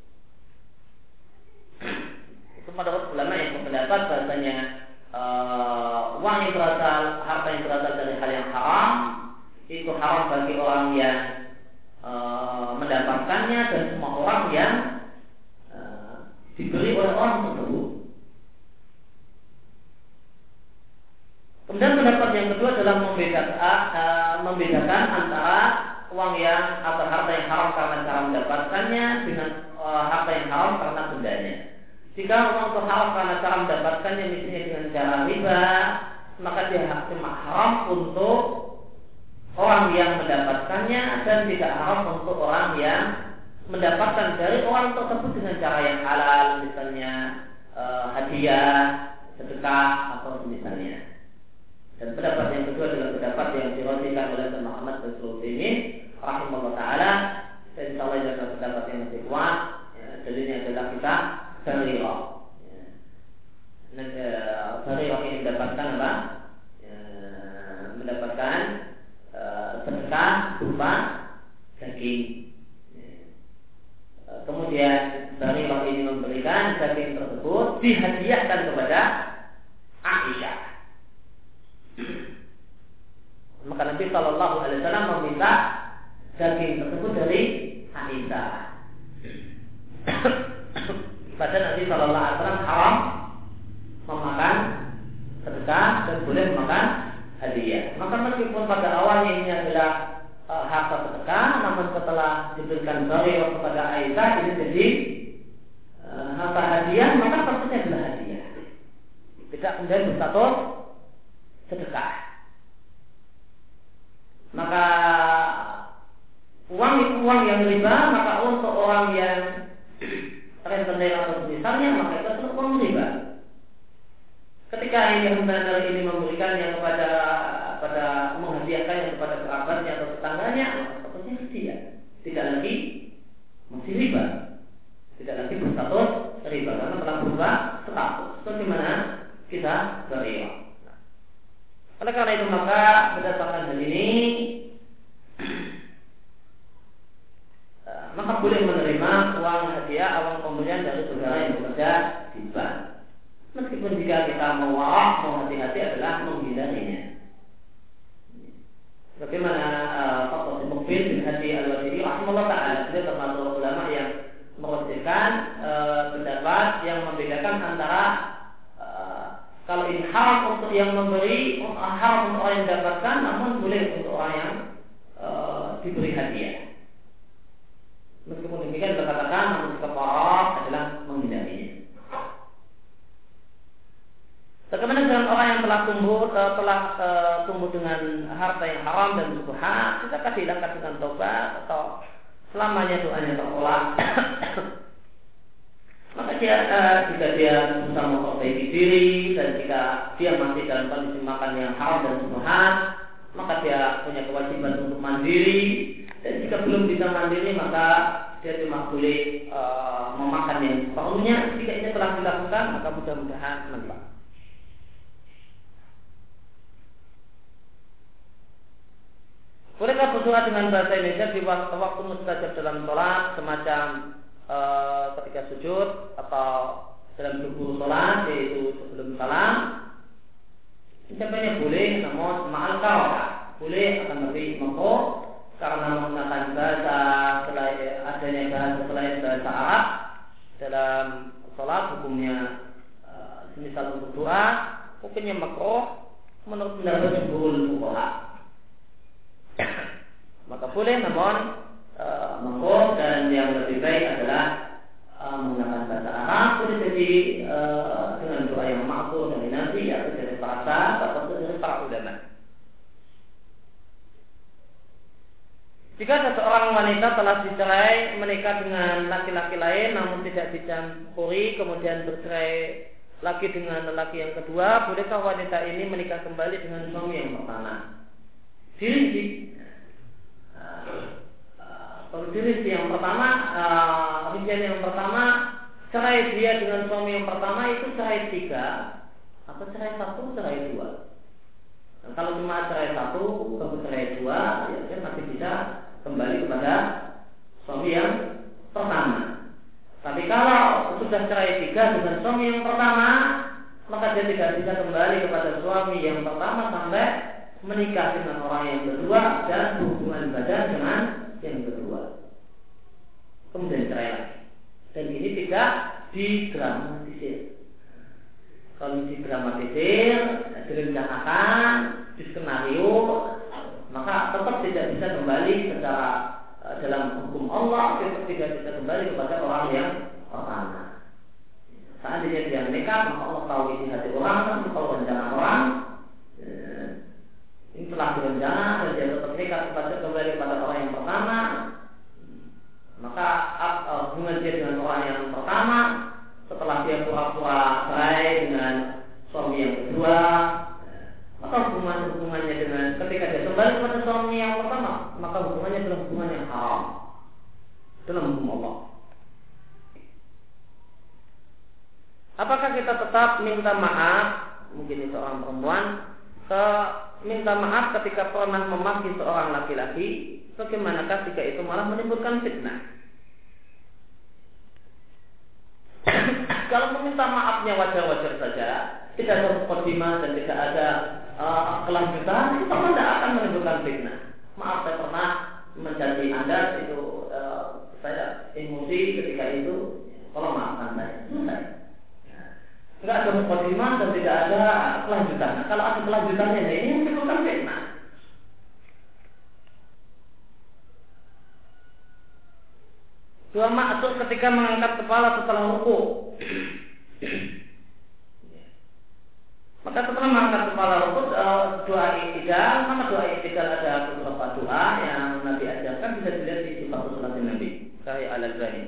Itu menurut ulama yang berpendapat bahasanya uang yang berasal, harta yang berasal dari hal yang haram itu haram bagi orang yang mendapatkannya dan semua orang yang diberi oleh orang tersebut. Kemudian pendapat yang kedua adalah membedakan antara uang yang atau harta yang haram karena cara mendapatkannya dengan harta yang haram karena dendanya. Jika uang itu haram karena cara mendapatkannya misalnya dengan cara riba, maka dia cuma haram untuk orang yang mendapatkannya dan tidak haram untuk orang yang mendapatkan dari orang tersebut dengan cara yang halal, misalnya hadiah, sedekah atau misalnya. Dan pendapat yang kedua adalah pendapat yang dirosikan oleh Muhammad bin Sulaiman rahimahullah taala, dan insyaallah ini adalah pendapat yang lebih kuat. Dalilnya adalah kita Sarirah. Sarirah ini mendapatkan apa? Mendapatkan sedekah berupa daging. Kemudian Sarirah ini memberikan daging tersebut dihadiahkan kepada Aisyah. Maka Nabi Shallallahu Alaihi Wasallam meminta daging tersebut dari Aisyah. Padahal Nabi Shallallahu Alaihi Wasallam haram memakan sedekah dan boleh memakan hadiah. Maka meskipun pada awalnya ini adalah harta sedekah, namun setelah diberikan Sarirah kepada Aisyah ini jadi harta hadiah, maka statusnya adalah hadiah, tidak kemudian berstatus sedekah. Maka uang itu uang yang riba, maka untuk orang yang rentenir atau misalnya, maka itu adalah uang riba. Ketika yang benar ini memberikannya kepada menghadiahkannya kepada kerabatnya atau tetangganya, maka statusnya hadiah, tidak lagi masih riba, tidak lagi berstatus riba karena telah berubah status. Bagaimana kita beriak? Oleh karena itu maka berdasarkan hal ini maka boleh menerima uang hadiah, uang pemberian dari saudara yang bekerja di bank. Meskipun jika kita mau hati-hati adalah menghindarinya. Bagaimana Fakhr Mukbil bin Hadi Al-Wadili rahimahullah ta'ala, dia termasuk ulama yang merujukkan pendapat yang membedakan antara kalau ini haram untuk yang memberi, haram untuk orang yang mendapatkan, namun boleh untuk orang yang diberi hadiah. Meskipun demikian dikatakan namun kafarah adalah menghindarinya. Bagaimana dengan orang yang telah tumbuh dengan harta yang haram dan subhat, tidakah dihilangkan dengan tobat atau selamanya doanya tertolak? Maka jika dia berusaha memperbaiki diri dan jika dia masih dalam kondisi makan yang haram dan subhat, maka dia punya kewajiban untuk mandiri. Dan jika belum bisa mandiri, maka dia cuma boleh memakan yang seperlunya. Jika ini telah dilakukan, maka mudah-mudahan manfaat. Bolehkah berdoa dengan bahasa Indonesia di waktu mustajab dalam sholat, semacam ketika sujud atau dalam dulu sholat, yaitu sebelum salam? Ucapannya boleh, namun ma'al karohah, boleh akan lebih makruh karena menggunakan bahasa adanya bahasa selain bahasa Arab dalam sholat, hukumnya semisal untuk doa, hukumnya makruh menurut pendapat jumhurul fuqaha. Maka boleh, namun mafhum, dan yang lebih baik adalah menggunakan bahasa Arab. Boleh jadi dengan doa yang ma'thur dari Nabi atau dari para sahabat atau dari para ulama. Jika ada seorang wanita telah dicerai, menikah dengan laki-laki lain namun tidak dicampuri, kemudian bercerai lagi dengan lelaki yang kedua, bolehkah wanita ini menikah kembali dengan suami yang pertama? Dirinci. Dirinci yang pertama, rincian yang pertama, cerai dia dengan suami yang pertama itu cerai 3 atau cerai 1, cerai 2. Nah, kalau cuma cerai 1 atau cerai 2, ya dia masih bisa kembali kepada suami yang pertama. Tapi kalau sudah cerai 3 dengan suami yang pertama, maka dia tidak bisa kembali kepada suami yang pertama sampai menikah dengan orang yang kedua dan hubungan badan dengan yang kedua. Kemudian cerai lagi. Dan ini tidak didramatisir. Kalau didramatisir, direncanakan, diskenario, maka tetap tidak bisa kembali secara dalam hukum Allah, tidak bisa kembali kepada orang yang pertama. Seandainya dia menikah, maka Allah tahu isi hati orang, tahu rencana orang. Ini telah direncana dan dia tetap menikah kembali kepada orang yang pertama. Maka hubungan dia dengan orang yang pertama, setelah dia pura-pura cerai dengan suami yang kedua, maka hubungannya dengan ketika dia kembali kepada suami yang pertama, maka hubungannya adalah hubungan yang haram dalam hukum Allah. Apakah kita tetap minta maaf? Mungkin seorang perempuan minta maaf ketika pernah memaki seorang laki-laki. Bagaimanakah jika itu malah menimbulkan fitnah? Kalau meminta maafnya wajar-wajar saja, tidak ada mukadimah dan tidak ada kelanjutan, itu tidak akan menimbulkan fitnah. Maaf, saya pernah menjanji Anda itu, saya emosi ketika itu, tolong maafkan saya. Selesai. Tidak ada mukadimah dan tidak ada kelanjutan. Nah, kalau ada kelanjutannya, ini menimbulkan fitnah. Dua maksud ketika mengangkat kepala setelah ruku. Maka setelah mengangkat kepala ruku, doa i'tidal, nama doa i'tidal ada beberapa doa yang Nabi ajarkan, bisa dilihat di sifat salat Nabi Sahih Al-Albani.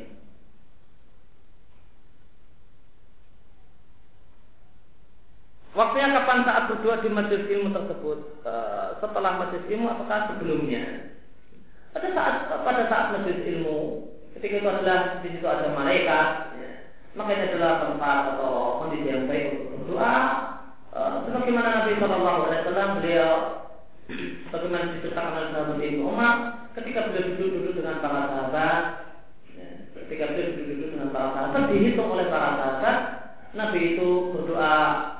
Waktunya kapan saat berdoa di majelis ilmu tersebut? Setelah majelis ilmu apakah sebelumnya? Pada saat majelis ilmu, ketika itu adalah di situ ada malaikat, ya, maka ini adalah tempat atau kondisi yang baik untuk berdoa. Sebagaimana Nabi SAW beliau, bagaimana diceritakan oleh sahabat Ibnu Umar, ketika beliau duduk dengan para sahabat, ya, dihitung oleh para sahabat, Nabi itu berdoa,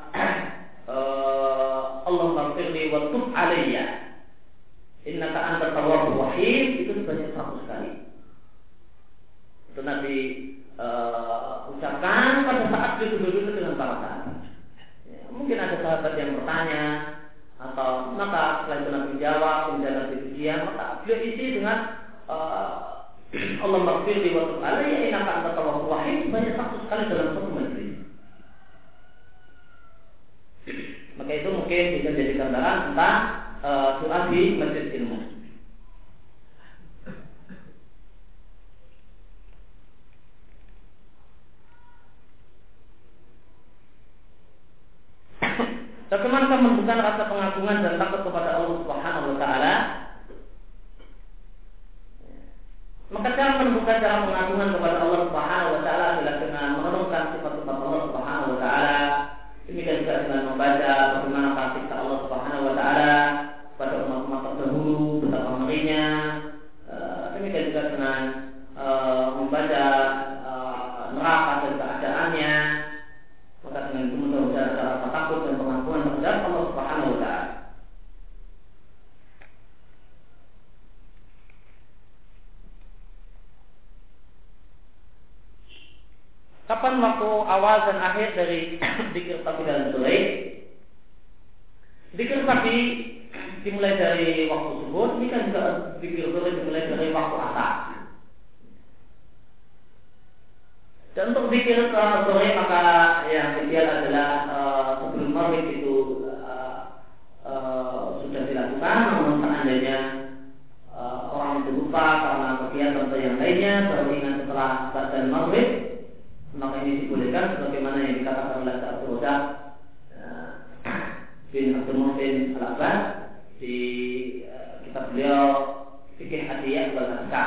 Allahumma firli wa tub alayya, innaka anta tawwabur rahim, itu sebanyak 100 kali. Itu Nabi ucapkan pada saat dia duduk dengan para sahabat. Ya, mungkin ada sahabat yang bertanya, atau maka setelah itu Nabi jawab, kemudian Nabi pujian, maka beliau isi dengan Allah maghfirli wa tub alayya innaka antat tawwabur rahim sebanyak 100 kali dalam satu majelis. Maka itu mungkin bisa jadi gambaran tentang doa di majelis ilmu. Bagaimana menunjukkan rasa pengagungan dan takut kepada Allah Subhanahu wa taala? Maka cara menunjukkan cara pengagungan kepada Allah Subhanahu wa taala adalah dengan merenungkan sifat-sifat Allah Subhanahu wa taala. Demikian juga dengan membaca bagaimana kasih Allah Subhanahu wa taala pada umat-umat terdahulu betapa ngerinya. Demikian juga dengan membaca neraka dan keadaannya. Maka dengan itu mudah-mudahan ada rasa takut dan pengakuan terhadap Allah Subhanahu wa taala. Kapan waktu awal dan akhir dari zikir pagi dan sore? Zikir pagi dimulai dari waktu subuh, ini kan juga zikir sore dimulai dari waktu asar. Dan untuk zikir sore maka yang ideal adalah sebelum maghrib itu sudah dilakukan. Namun seandainya orang itu lupa karena kegiatan atau yang lainnya baru ingat setelah azan maghrib, maka ini dibolehkan sebagaimana yang dikatakan oleh Abdul Razak bin Abdul Muhsin Al-Abbas di kitab beliau Fikih Adiyah wal Azkar.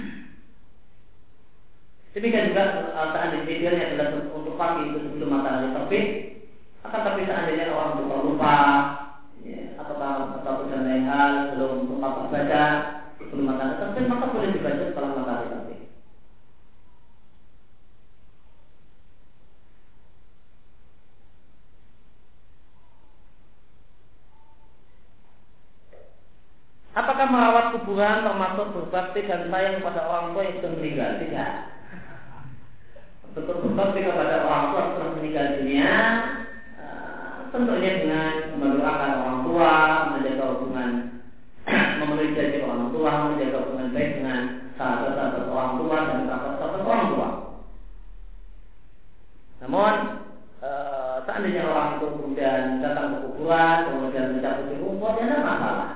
Demikian juga seandainya idealnya adalah untuk pagi itu sebelum matahari terbit. Akan tapi seandainya orang itu lupa atau satu dan lain hal belum sempat terbaca sebelum matahari terbit, maka boleh dibaca setelah matahari terbit. Apakah merawat kuburan termasuk berbakti dan sayang kepada orang tua yang sudah meninggal? Tidak. Bentuk berbakti kepada orang tua setelah meninggal dunia tentunya dengan mendoakan orang tua, menjaga hubungan, memenuhi janji orang tua, menjaga hubungan baik dengan sahabat-sahabat orang tua dan sahabat-sahabat orang tua. Namun seandainya orang itu kemudian datang ke kuburan, kemudian mencabut rumput, ya tidak masalah.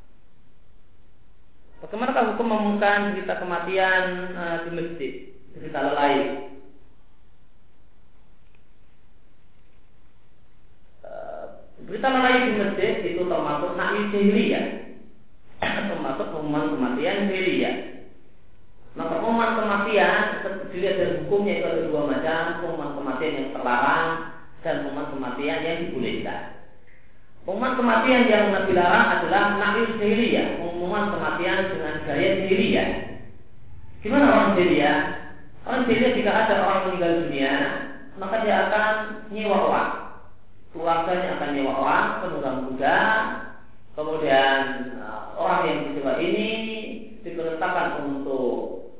Bagaimana hukum mengumumkan berita kematian di masjid, berita lalai? Berita lalai di masjid itu termasuk na'i jahiliyah, termasuk pengumuman kematian jahiliyah. Maka pengumuman kematian dilihat dari hukumnya itu ada dua macam: pengumuman kematian yang terlarang dan pengumuman kematian yang dibolehkan. Pengumuman kematian yang dilarang adalah na'i jahiliyah, pengumuman kematian dengan gaya jahiliyah. Gimana orang jahiliyah? Orang jahiliyah jika ada orang meninggal dunia, maka dia akan nyewa orang. Keluarganya akan nyewa orang, penunggang kuda, kemudian orang yang disewa ini diperintahkan untuk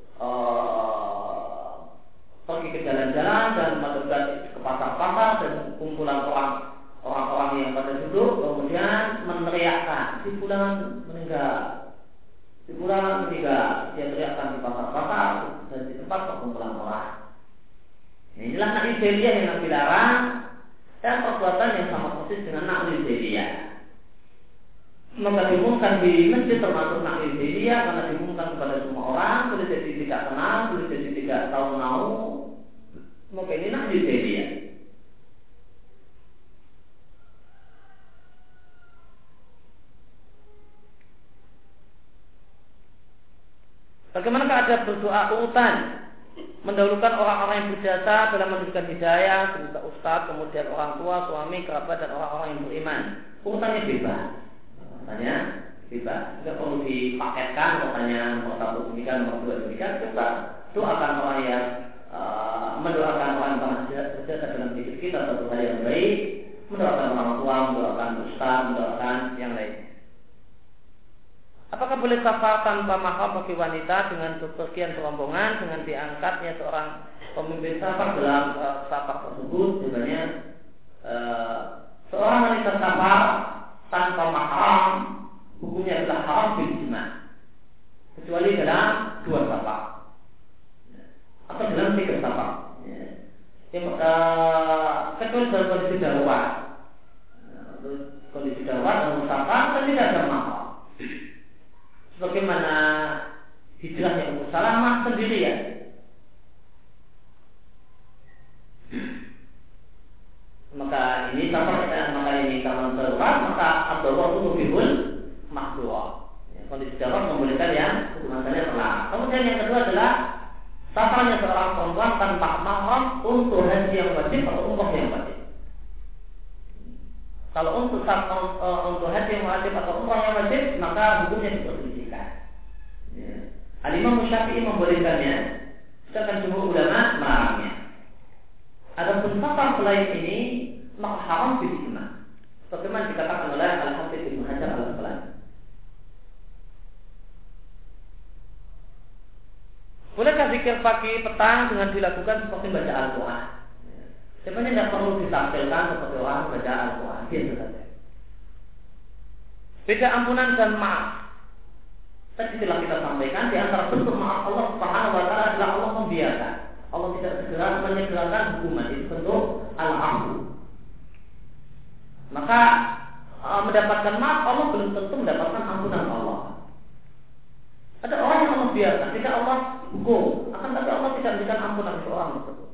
pergi ke jalan-jalan dan ke pasar-pasar dan kumpulan orang-orang yang pada duduk, kemudian meneriakkan si fulan meninggal, si fulan meninggal, dia teriakkan di pasar-pasar dan di tempat perkumpulan orang. Inilah na'i jahiliyah yang dilarang. Dan perbuatan yang sama persis dengan na'i jahiliyah. Maka diumumkan di masjid termasuk na'i jahiliyah karena diumumkan kepada semua orang, boleh jadi tidak kenal, boleh jadi tidak tahu-nahu. Maka ini na'i jahiliyah. Bagaimanakah ada berdoa urutan? Mendahulukan orang-orang yang berjasa dalam memberikan hidayah, seperti ustaz, kemudian orang tua, suami, kerabat, dan orang-orang yang beriman. Urutannya bebas. Urutannya bebas. Tidak perlu dipaketkan. Urutannya nomor satu demikian, nomor dua demikian. Bebas. Doakan orang yang mendoakan orang yang berjasa dalam hidup kita satu hal yang baik. Mendoakan orang tua, mendoakan ustaz, mendoakan yang lain. Apakah boleh safar tanpa mahram bagi wanita dengan bepergian rombongan dengan diangkatnya seorang pemimpin safar dalam safar tersebut? Sebenarnya seorang wanita safar tanpa mahram hukumnya adalah haram bil ijma', kecuali dalam dua safar atau dalam tiga safar. Kecuali dalam kondisi darurat, kondisi darurat dan safar dan tidak ada mahram. Sebagaimana hijrahnya Ummu Salamah sendirian. Maka ini taman darurat, maka ad-darurat itu lebihul mahdhurah. Kondisi darurat membolehkan yang hukumannya terlarang. Kemudian yang kedua adalah safarnya seorang perempuan tanpa mahram untuk haji yang wajib atau umrah yang wajib. Kalau untuk haji yang wajib atau umrah yang wajib, maka hukumnya diperselisihkan. Al-Imam Syafi'i membolehkannya, sedangkan jumhur ulama melarangnya. Adapun safar selain ini, maka haram bil-ijma'. Sebagaimana dikatakan oleh Al-Hafidz Ibnu Hajar Al-Asqalani. Bolehkah zikir pagi petang dengan dilakukan seperti baca Al-Quran? Sebenarnya tidak perlu ditampilkan seperti orang baca Al-Quran, biasa saja. Beda ampunan dan maaf. Tadi telah kita sampaikan di antara bentuk maaf Allah Subhanahu wa taala adalah Allah membiarkan. Allah tidak segera menyegerakan hukuman, itu bentuk al-'afwu. Maka mendapatkan maaf Allah belum tentu mendapatkan ampunan Allah. Ada orang yang Allah biarkan, tidak Allah hukum, akan tapi Allah tidak memberikan ampunan seorang tersebut.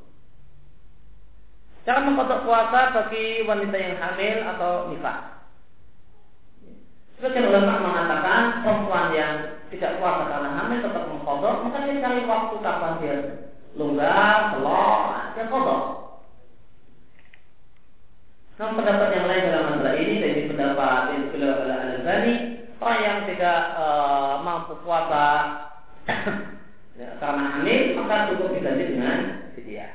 Cara mengkodok puasa bagi wanita yang hamil atau nifas. Sebagian ulama mengatakan perempuan yang tidak puasa karena hamil tetap mengkodok, maka dia cari waktu kapan dia longgar, telur, dia kodok. Namun pendapat yang lain dalam masalah ini, dari pendapat yang beliau Al-Albani, orang yang tidak mampu puasa karena hamil, maka cukup diganti dengan fidyah.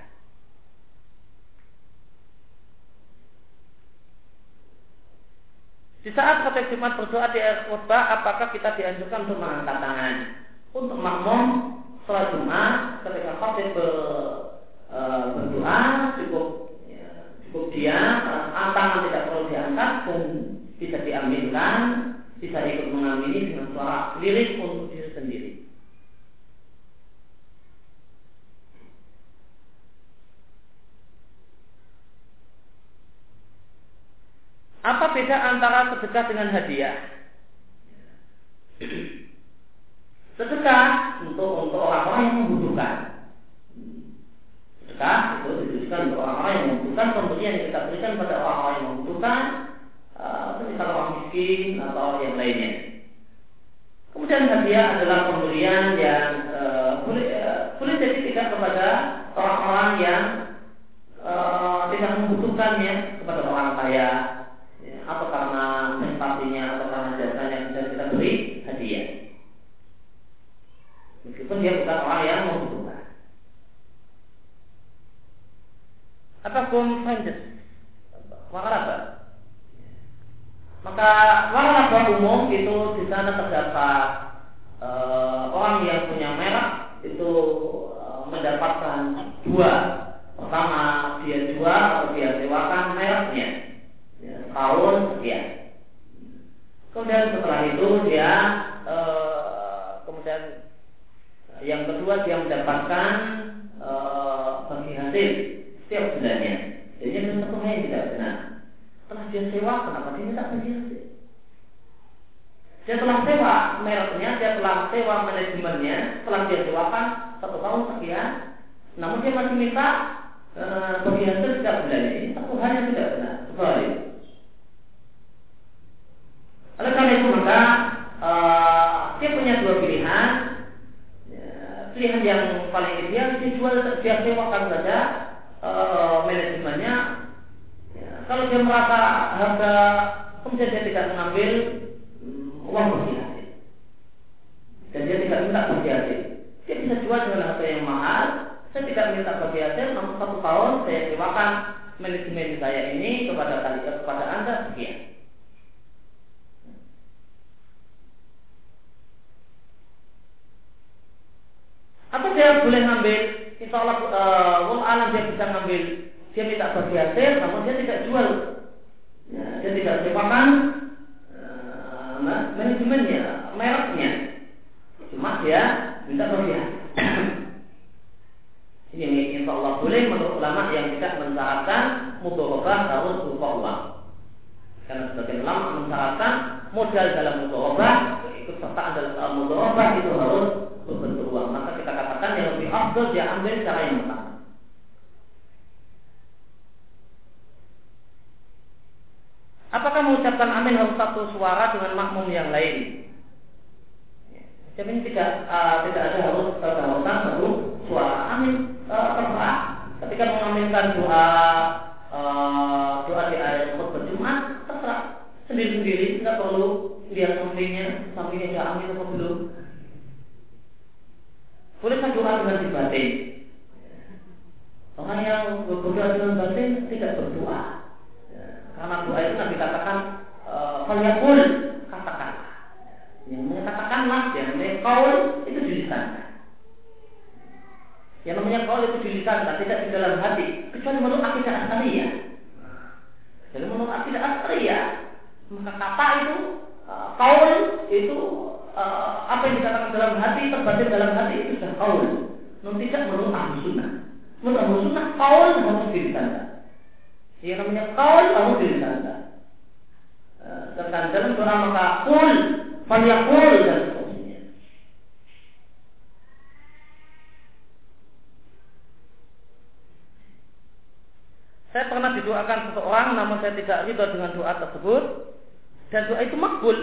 Di saat khotib Jumat berdoa di akhir khutbah, apakah kita dianjurkan untuk mengangkat tangan? Untuk makmum sholat Jumat, ketika khotib berdoa cukup diam, tangan tidak perlu diangkat dan bisa diambilkan, bisa ikut mengamini dengan suara lirik untuk diri sendiri. Apa beda antara sedekah dengan hadiah? Sedekah untuk orang-orang yang membutuhkan. Sedekah itu ditujukan untuk orang-orang yang membutuhkan, pemberian yang kita berikan pada orang-orang yang membutuhkan, misalnya orang miskin atau yang lainnya. Kemudian hadiah adalah pemberian yang boleh jadi tidak kepada orang-orang yang tidak membutuhkannya, kepada orang kaya, atau karena prestasinya atau karena jasanya bisa kita beri hadiah, meskipun dia bukan orang yang membutuhkan. Ataupun fanjas waralaba, maka waralaba umum itu di sana terdapat orang yang punya merek itu mendapatkan dua. Pertama dia jual atau dia sewakan mereknya tahun sekian. Kemudian setelah itu dia kemudian yang kedua dia mendapatkan bagi hasil setiap bulannya. Jadi itu satu hal yang tidak benar. Setelah dia sewa, kenapa dia tidak bagi hasil? Dia telah sewa mereknya, dia telah sewa manajemennya, setelah dia sewakan 1 tahun sekian, namun dia masih minta bagi hasil setiap bulannya. Ini satu hal yang tidak benar. Kembali. Oleh karena itu maka dia punya dua pilihan. Pilihan yang paling ideal dijual, dia sewakan saja manajemennya. Kalau dia merasa harga, kemudian dia tidak mengambil uang bagi hasil, dan dia tidak minta bagi hasil, dia bisa jual dengan harga yang mahal. Saya tidak minta bagi hasil, namun 1 tahun saya sewakan manajemen saya ini kepada Anda sekian. Atau dia boleh ngambil, insya Allah alam dia bisa ngambil, dia minta bagi hasil, namun dia tidak jual, dia tidak sewakan manajemennya, mereknya, cuma dia minta bagi hasil. Ini insya Allah boleh menurut ulama yang tidak mensyaratkan mudharabah harus berupa uang. Karena sebagian ulama mensyaratkan modal dalam mudharabah, ikut sertaan dalam mudharabah itu harus berbentuk uang. Maka kita katakan yang lebih afdal dia ambil cara yang pertama. Apakah mengucapkan amin harus satu suara dengan makmum yang lain? Jadi tidak ada harus keharusan satu suara. Amin terserah. Ketika mengaminkan doa di akhir khutbah Jumat, terserah sendiri-sendiri, tidak perlu lihat sampingnya sudah amin atau belum. Boleh doa dengan batin. Orang yang berdoa dengan batin tidak berdoa, karena doa itu Nabi katakan falyaqul, katakanlah. Yang mengatakanlah, yang namanya qaul itu di lisan. Yang namanya qaul itu di lisan, tidak di dalam hati, kecuali menurut akidah Asy'ariyah. Jadi menurut akidah Asy'ariyah, maka kata itu qaul itu apa yang dikatakan dalam hati, terbatin dalam hati itu sudah qaul. Namun tidak menurut Ahlus Sunnah. Menurut sunnah kaul harus ditanda. Yang namanya kaul harus ditanda. Sedangkan dalam doa maka kul, falyakul dan seterusnya. Saya pernah didoakan seseorang, namun saya tidak ridha dengan doa tersebut, dan doa itu makbul.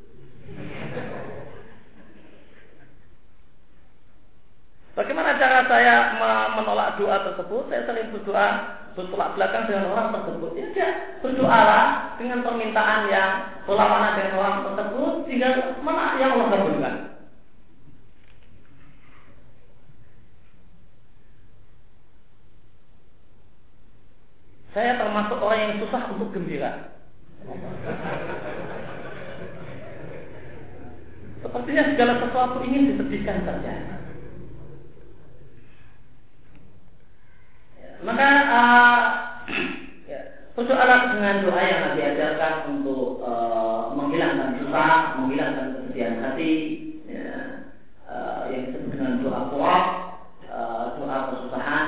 Bagaimana cara saya menolak doa tersebut? Saya sering bertolak belakang dengan orang tersebut. Ya, berdoalah dengan permintaan yang berlawanan dengan orang tersebut, sehingga mana yang Allah kabulkan. Saya termasuk orang yang susah untuk gembira. Sepertinya segala sesuatu ingin disedihkan saja. Maka berdoalah dengan doa yang Nabi ajarkan untuk menghilangkan susah, menghilangkan kesedihan hati, yang disebut dengan doa kuat, doa kesusahan.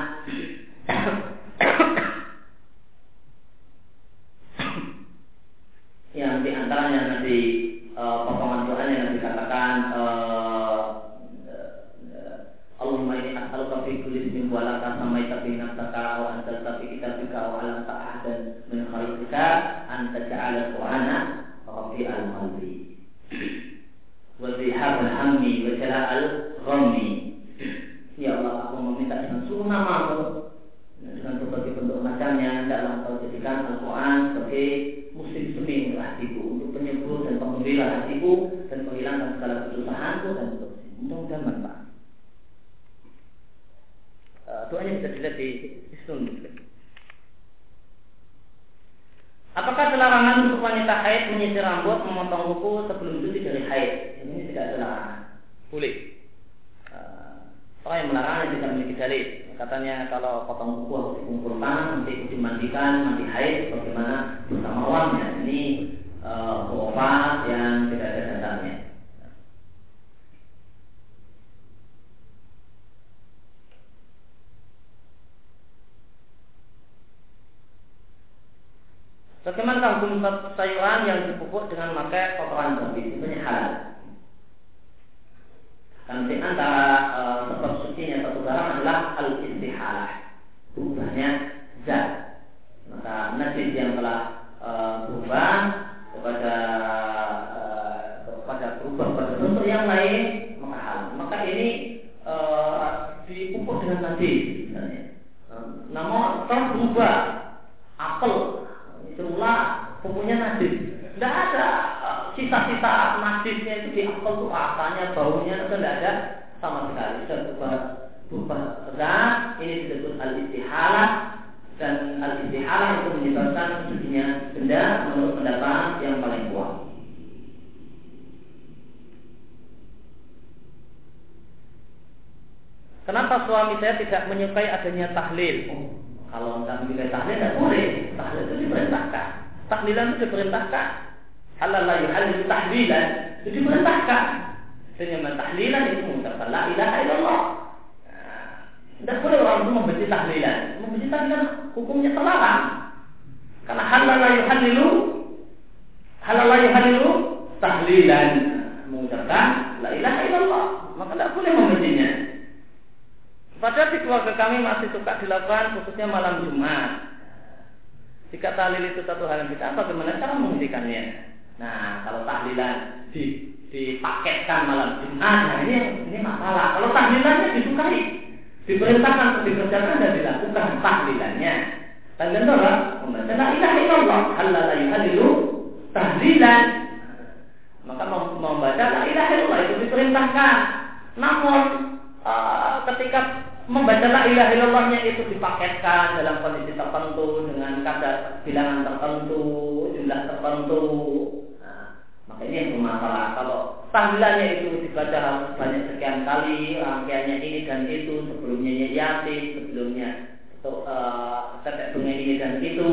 Yang diantaranya nanti potongan doanya yang dikatakan Allahumma inni as'aluka fi kulli ismin wa laka samaita bi nafsika wa anzalta fi kitabika wa 'allamta ahadan min khalqika an taj'ala al-Qur'ana rabi'al qalbi wa dhihabal hammi wa jala'al ghammi. Ya Allah, aku meminta dengan seluruh nama-Mu, dengan berbagai bentuk macamnya, hendaklah Engkau jadikan Al-Quran sebagai musik semi untuk hatiku, untuk penyembuh dan penggembira hatiku, dan menghilangkan segala kesusahanku dan seterusnya. Mudah-mudahan manfaat. Doanya bisa dilihat di Hisnul Muslim. Apakah ada larangan untuk wanita haid menyisir rambut, memotong kuku sebelum cuci dari haid? Ini tidak ada larangan. Boleh. Orang yang melarangnya tidak memiliki dalil. Katanya kalau potong kuku harus dikumpulkan, nanti dimandikan, mandi haid, bagaimana bersama uangnya. Ini khurafat yang tidak ada dasarnya. Bagaimana hukum sayuran yang dipupuk dengan memakai kotoran babi? Sebenarnya halal. Dan di antara sebab sucinya satu barang adalah al-istihalah, berubahnya zat. Maka najis yang telah berubah kepada berubah pada bentuk yang lain, maka halal. Maka ini dipupuk dengan najis misalnya. Namun telah berubah apel, semula pupuknya najis. Tidak ada sisa-sisa najisnya itu di apel itu rasanya, baunya itu tidak ada sama sekali. Sudah berubah zat. Ini disebut al-istihalah, dan al-istihalah itu menyebabkan sucinya benda menurut pendapat yang paling kuat. Kenapa suami saya tidak menyukai adanya tahlil? Kalau tidak menyukai tahlil tidak boleh. Tahlil itu diperintahkan. Tahlilan itu diperintahkan. Halal la yuhalil tahlilan itu diperintahkan. Dengan tahlilan itu mengucapkan la ilaha illallah. Tidak boleh orang itu membenci tahlilan. Membenci tahlilan hukumnya terlarang. Karena halal la yuhalilu tahlilan, mengucapkan la ilaha illallah, maka tidak boleh membencinya. Padahal di keluarga kami masih suka dilakukan khususnya malam Jumat. Jika tahlil itu satu hal yang kita, bagaimana cara menghentikannya? Nah, kalau tahlilan dipaketkan malam Jumat, nah ini masalah. Kalau tahlilannya disukai, diperintahkan untuk dikerjakan dan dilakukan tahlilannya. Tahlilan itu apa? Membaca la ilaha illallah, halal la yuhalilu tahlilan. Maka membaca la ilaha illallah itu diperintahkan. Namun ketika membaca la ilaha illallahnya itu dipaketkan dalam kondisi tertentu dengan kadar bilangan tertentu, jumlah tertentu, maka ini yang bermasalah. Kalau tahlilannya itu dibaca harus banyak sekian kali, rangkaiannya ini dan itu, sebelumnya yasin, sebelumnya tetek bunga ini dan itu,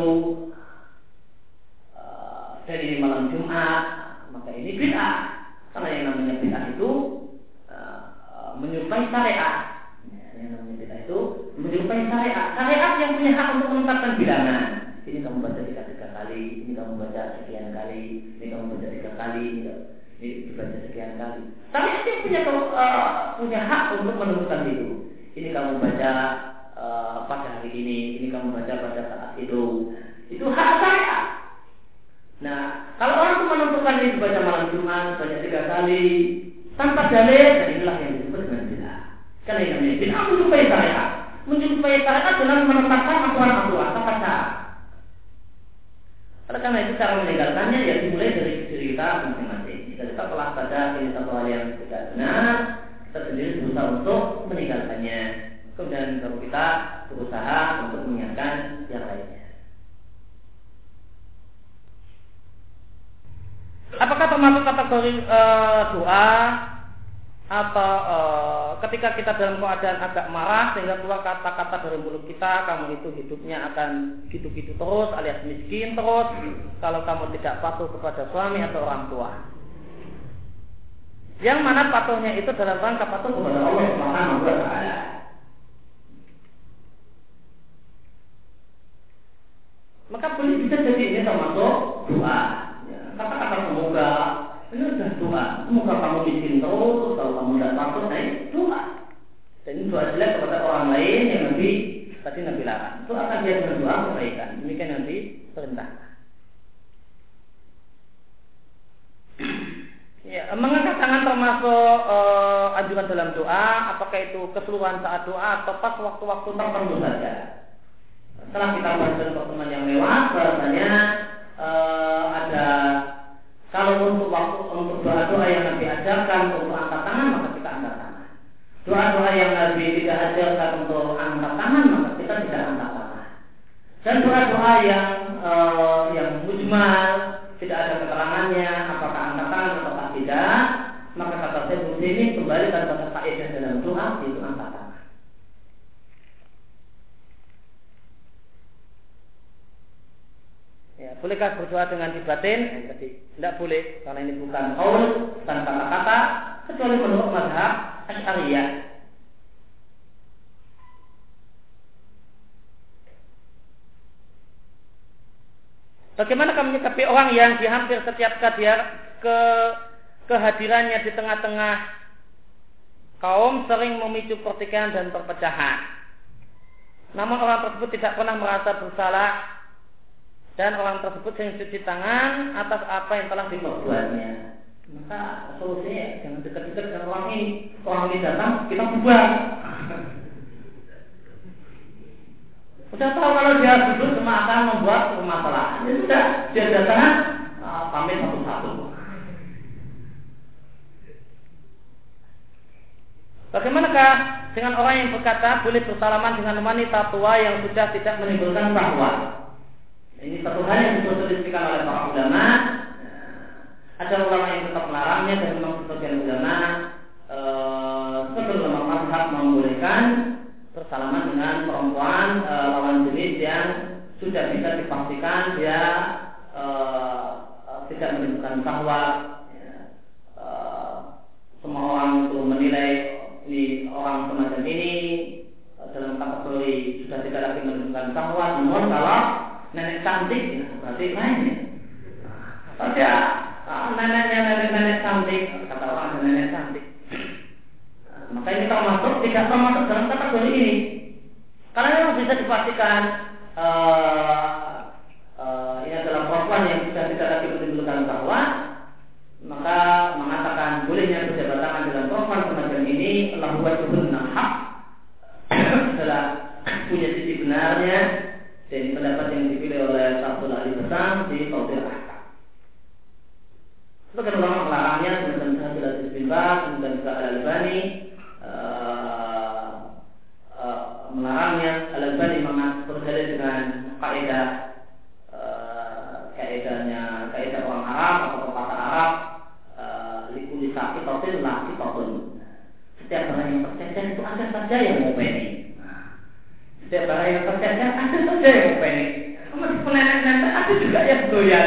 dan ini malam Jumat, maka ini bid'ah. Karena yang namanya bid'ah itu menyerupai syariat. Yang namanya bid'ah itu menyerupai namanya syariat. Syariat yang punya hak untuk menetapkan bilangan. Ini kamu baca 3 kali, ini kamu baca sekian kali, ini kamu baca 3 kali, ini dibaca sekian kali. Syariat yang punya hak untuk menentukan itu. Ini kamu baca pada hari ini kamu baca pada saat itu. Itu hak syariat. Nah, kalau orang itu menentukan ini baca malam Jumat, baca 3 kali tanpa dalil, dan inilah yang disebut dengan bid'ah. Karena ini namanya bid'ah menjumpai syariat. Menjumpai syariat dengan menetapkan aturan-aturan tanpa syarat. Oleh karena itu cara meninggalkannya ya dimulai dari diri kita masing-masing. Jika kita telah sadar ini satu hal yang tidak benar, kita sendiri berusaha untuk meninggalkannya. Kemudian baru kita berusaha untuk mengingatkan yang lainnya. Apakah termasuk kategori doa atau ketika kita dalam keadaan agak marah sehingga keluar kata-kata dari mulut kita, kamu itu hidupnya akan gitu-gitu terus alias miskin terus kalau kamu tidak patuh kepada suami atau orang tua. Yang mana patuhnya itu dalam rangka patuh kepada Allah Subhanahu wa taala. Maka boleh bisa jadi ini termasuk doa. Kata-kata semoga ini sudah doa. Semoga kamu miskin terus, kalau kamu tidak patuh, doa. Dan ini doa jelek kepada orang lain yang Nabi larang. Itu akan dia berdoa kebaikan. Demikian nanti perintah. Ya, mengangkat tangan termasuk anjuran dalam doa. Apakah itu keseluruhan saat doa atau pas waktu-waktu tertentu saja? Setelah kita bahas dalam pertemuan yang lewat, bahasanya ada kalau untuk doa-doa yang Nabi ajarkan untuk angkat tangan, maka kita angkat tangan. Doa-doa yang Nabi tidak ajarkan untuk angkat tangan, maka kita tidak angkat tangan. Dan doa-doa yang mujmal, tidak ada keterangannya apakah angkat tangan atau tidak, maka kata saya ini kembali kepada faedah dalam doa itu angkat tangan. Ya, bolehkah berdoa dengan di batin? Tidak boleh, karena ini bukan qaul dan kata-kata, kecuali menurut mazhab Asy'ariyah. Bagaimana kami menyikapi orang yang di hampir setiap kehadirannya di tengah-tengah kaum sering memicu pertikaian dan perpecahan. Namun orang tersebut tidak pernah merasa bersalah dan orang tersebut sering cuci tangan atas apa yang telah diperbuatnya. Maka solusinya jangan dekat-dekat dengan orang ini. Orang ini datang, kita bubar. Sudah tahu kalau dia duduk cuma akan membuat permasalahan. Ya sudah, dia datang pamit satu-satu. Bagaimanakah dengan orang yang berkata boleh bersalaman dengan wanita tua yang sudah tidak menimbulkan syahwat? Ini satu hal yang diperselisihkan oleh para ulama. Ada ulama yang tetap melarangnya dan memang sebagian ulama sebagian ulama mazhab membolehkan bersalaman dengan perempuan lawan jenis yang sudah bisa dipastikan dia tidak menimbulkan syahwat. Semua orang itu menilai ini orang semacam ini dalam kategori sudah tidak lagi menimbulkan syahwat. Namun kalau nenek cantik, berarti lainnya. Saja nenek cantik, kata orang ada nenek cantik. Maka ini tidak termasuk dalam kategori ini. Karena memang bisa dipastikan ini adalah perempuan yang sudah tidak lagi menimbulkan syahwat, maka mengatakan bolehnya berjabat tangan dengan perempuan semacam ini lahu wajhun haq adalah punya sisi benarnya. Dan pendapat yang dipilih oleh Syaikh Ali Hasan di Tafsir Ahkam. Sebagian ulama melarangnya, seperti Syekh Aziz bin Baz dan juga Al-Albani melarangnya. Al-Albani berdalil dengan kaidah orang Arab atau pepatah Arab likuli sapi tafsir la sifatun. Setiap orang yang tercecer itu ada saja yang mau pendek. Setiap barang yang tercecer ada saja yang mau pendek. Meskipun nenek-nenek ada juga yang doyan.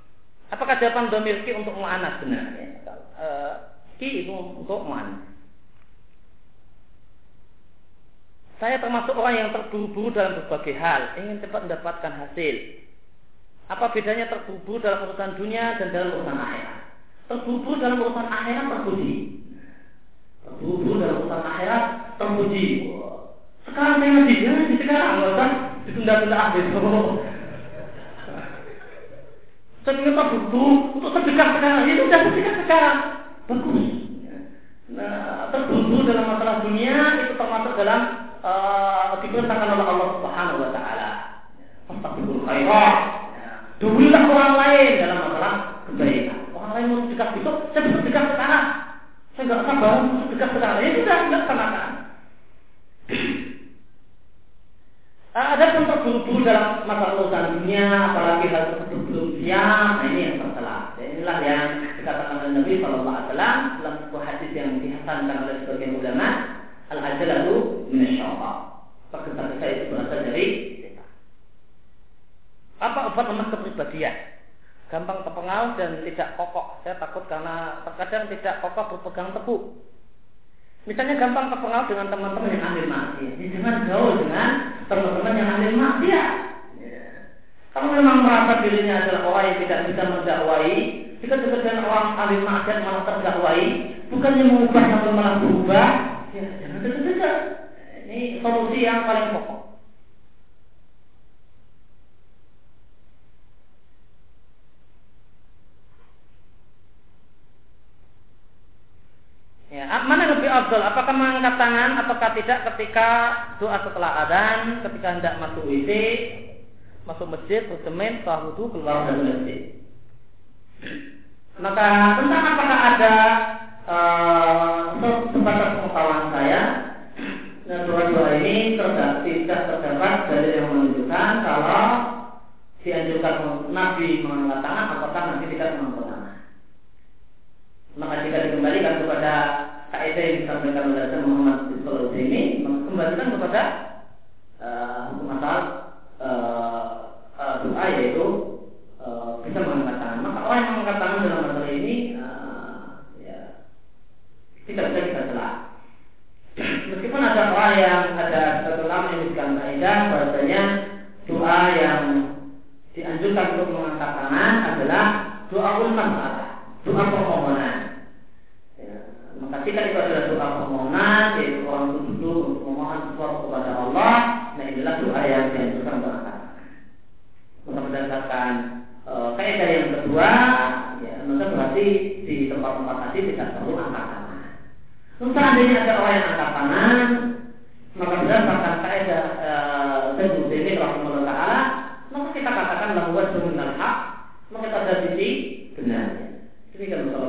Apakah jawaban domir ki untuk mu'annas sebenarnya? Ki itu untuk mu'annas. Saya termasuk orang yang terburu-buru dalam berbagai hal, ingin cepat mendapatkan hasil. Apa bedanya terburu-buru dalam urusan dunia dan dalam urusan akhirat? Terburu-buru dalam urusan akhirat terpuji. Terburu-buru dalam urusan akhirat terpuji. Sekarang saya ngaji, sekarang nggak usah ditunda-tunda akhir. Saya ingin terburu-buru untuk sedekah sekarang, itu sudah sedekah sekarang. Bagus. Nah, terburu-buru dalam masalah dunia itu termasuk dalam diperintahkan oleh Allah Subhanahu Wa Taala. Fastabiqul khairat. Dahululah orang lain dalam masalah kebaikan. Orang lain mau sedekah besok, saya bisa sedekah sekarang. Saya nggak sabar untuk sedekah sekarang. Ya sudah, laksanakan. Ada pun terburu-buru dalam masalah urusan dunia, apalagi hal tersebut belum siap. Nah, ini yang tercela. Inilah yang dikatakan oleh Nabi Sallallahu Alaihi Wasallam dalam sebuah hadis yang dihasankan oleh sebagian ulama, al-ajalatu minasyaitan. Tergesa-gesa itu berasal dari setan. Apa obat lemah kepribadian? Gampang terpengaruh dan tidak kokoh. Saya takut karena terkadang tidak kokoh berpegang teguh. Misalnya gampang terpengaruh dengan teman-teman yang ahli maksiat. Jangan gaul dengan teman-teman yang ahli maksiat. Kalau memang merasa dirinya adalah orang yang tidak bisa mendakwai, jika sekedar orang ahli maksiat malah terdakwai, bukannya mengubah sampai malah berubah, ya jangan dekat-dekat. Ini solusi yang paling pokok. Ya, mana lebih afdal? Apakah mengangkat tangan ataukah tidak ketika doa setelah adzan, ketika hendak masuk WC, masuk masjid, bersemen, setelah wudu, keluar dari masjid? Maka tentang apakah ada sebatas pengetahuan saya, nah dua-dua ini tidak terdapat dari yang menunjukkan kalau dianjurkan Nabi mengangkat tangan apakah Nabi tidak mengangkat tangan. Maka jika dikembalikan kepada kaidah yang disampaikan oleh Muhammad Sallallahu Alaihi Wasallam, maka kembalikan kepada hukum asal doa, yaitu bisa mengangkat tangan. Maka orang yang mengangkat tangan dalam masalah ini ya, tidak bisa kita celah. Meskipun ada orang yang ada satu ulama yang memberikan kaidah bahwasanya doa yang dianjurkan untuk mengangkat tangan adalah doa masalah, doa permohonan. Ya, maka jika itu adalah doa permohonan, yaitu orang itu duduk untuk memohon sesuatu kepada Allah, nah inilah doa yang dianjurkan mengangkat. Maka berdasarkan kaidah yang kedua, ya, maka berarti di tempat-tempat tadi tidak perlu angkat tangan. Seandainya ada orang yang angkat tangan, maka berdasarkan kaidah Syaikhul Utsaimin rahimahullah taala, maka kita katakan bahwa sunnah hak, maka kita ada sisi benarnya. Demikian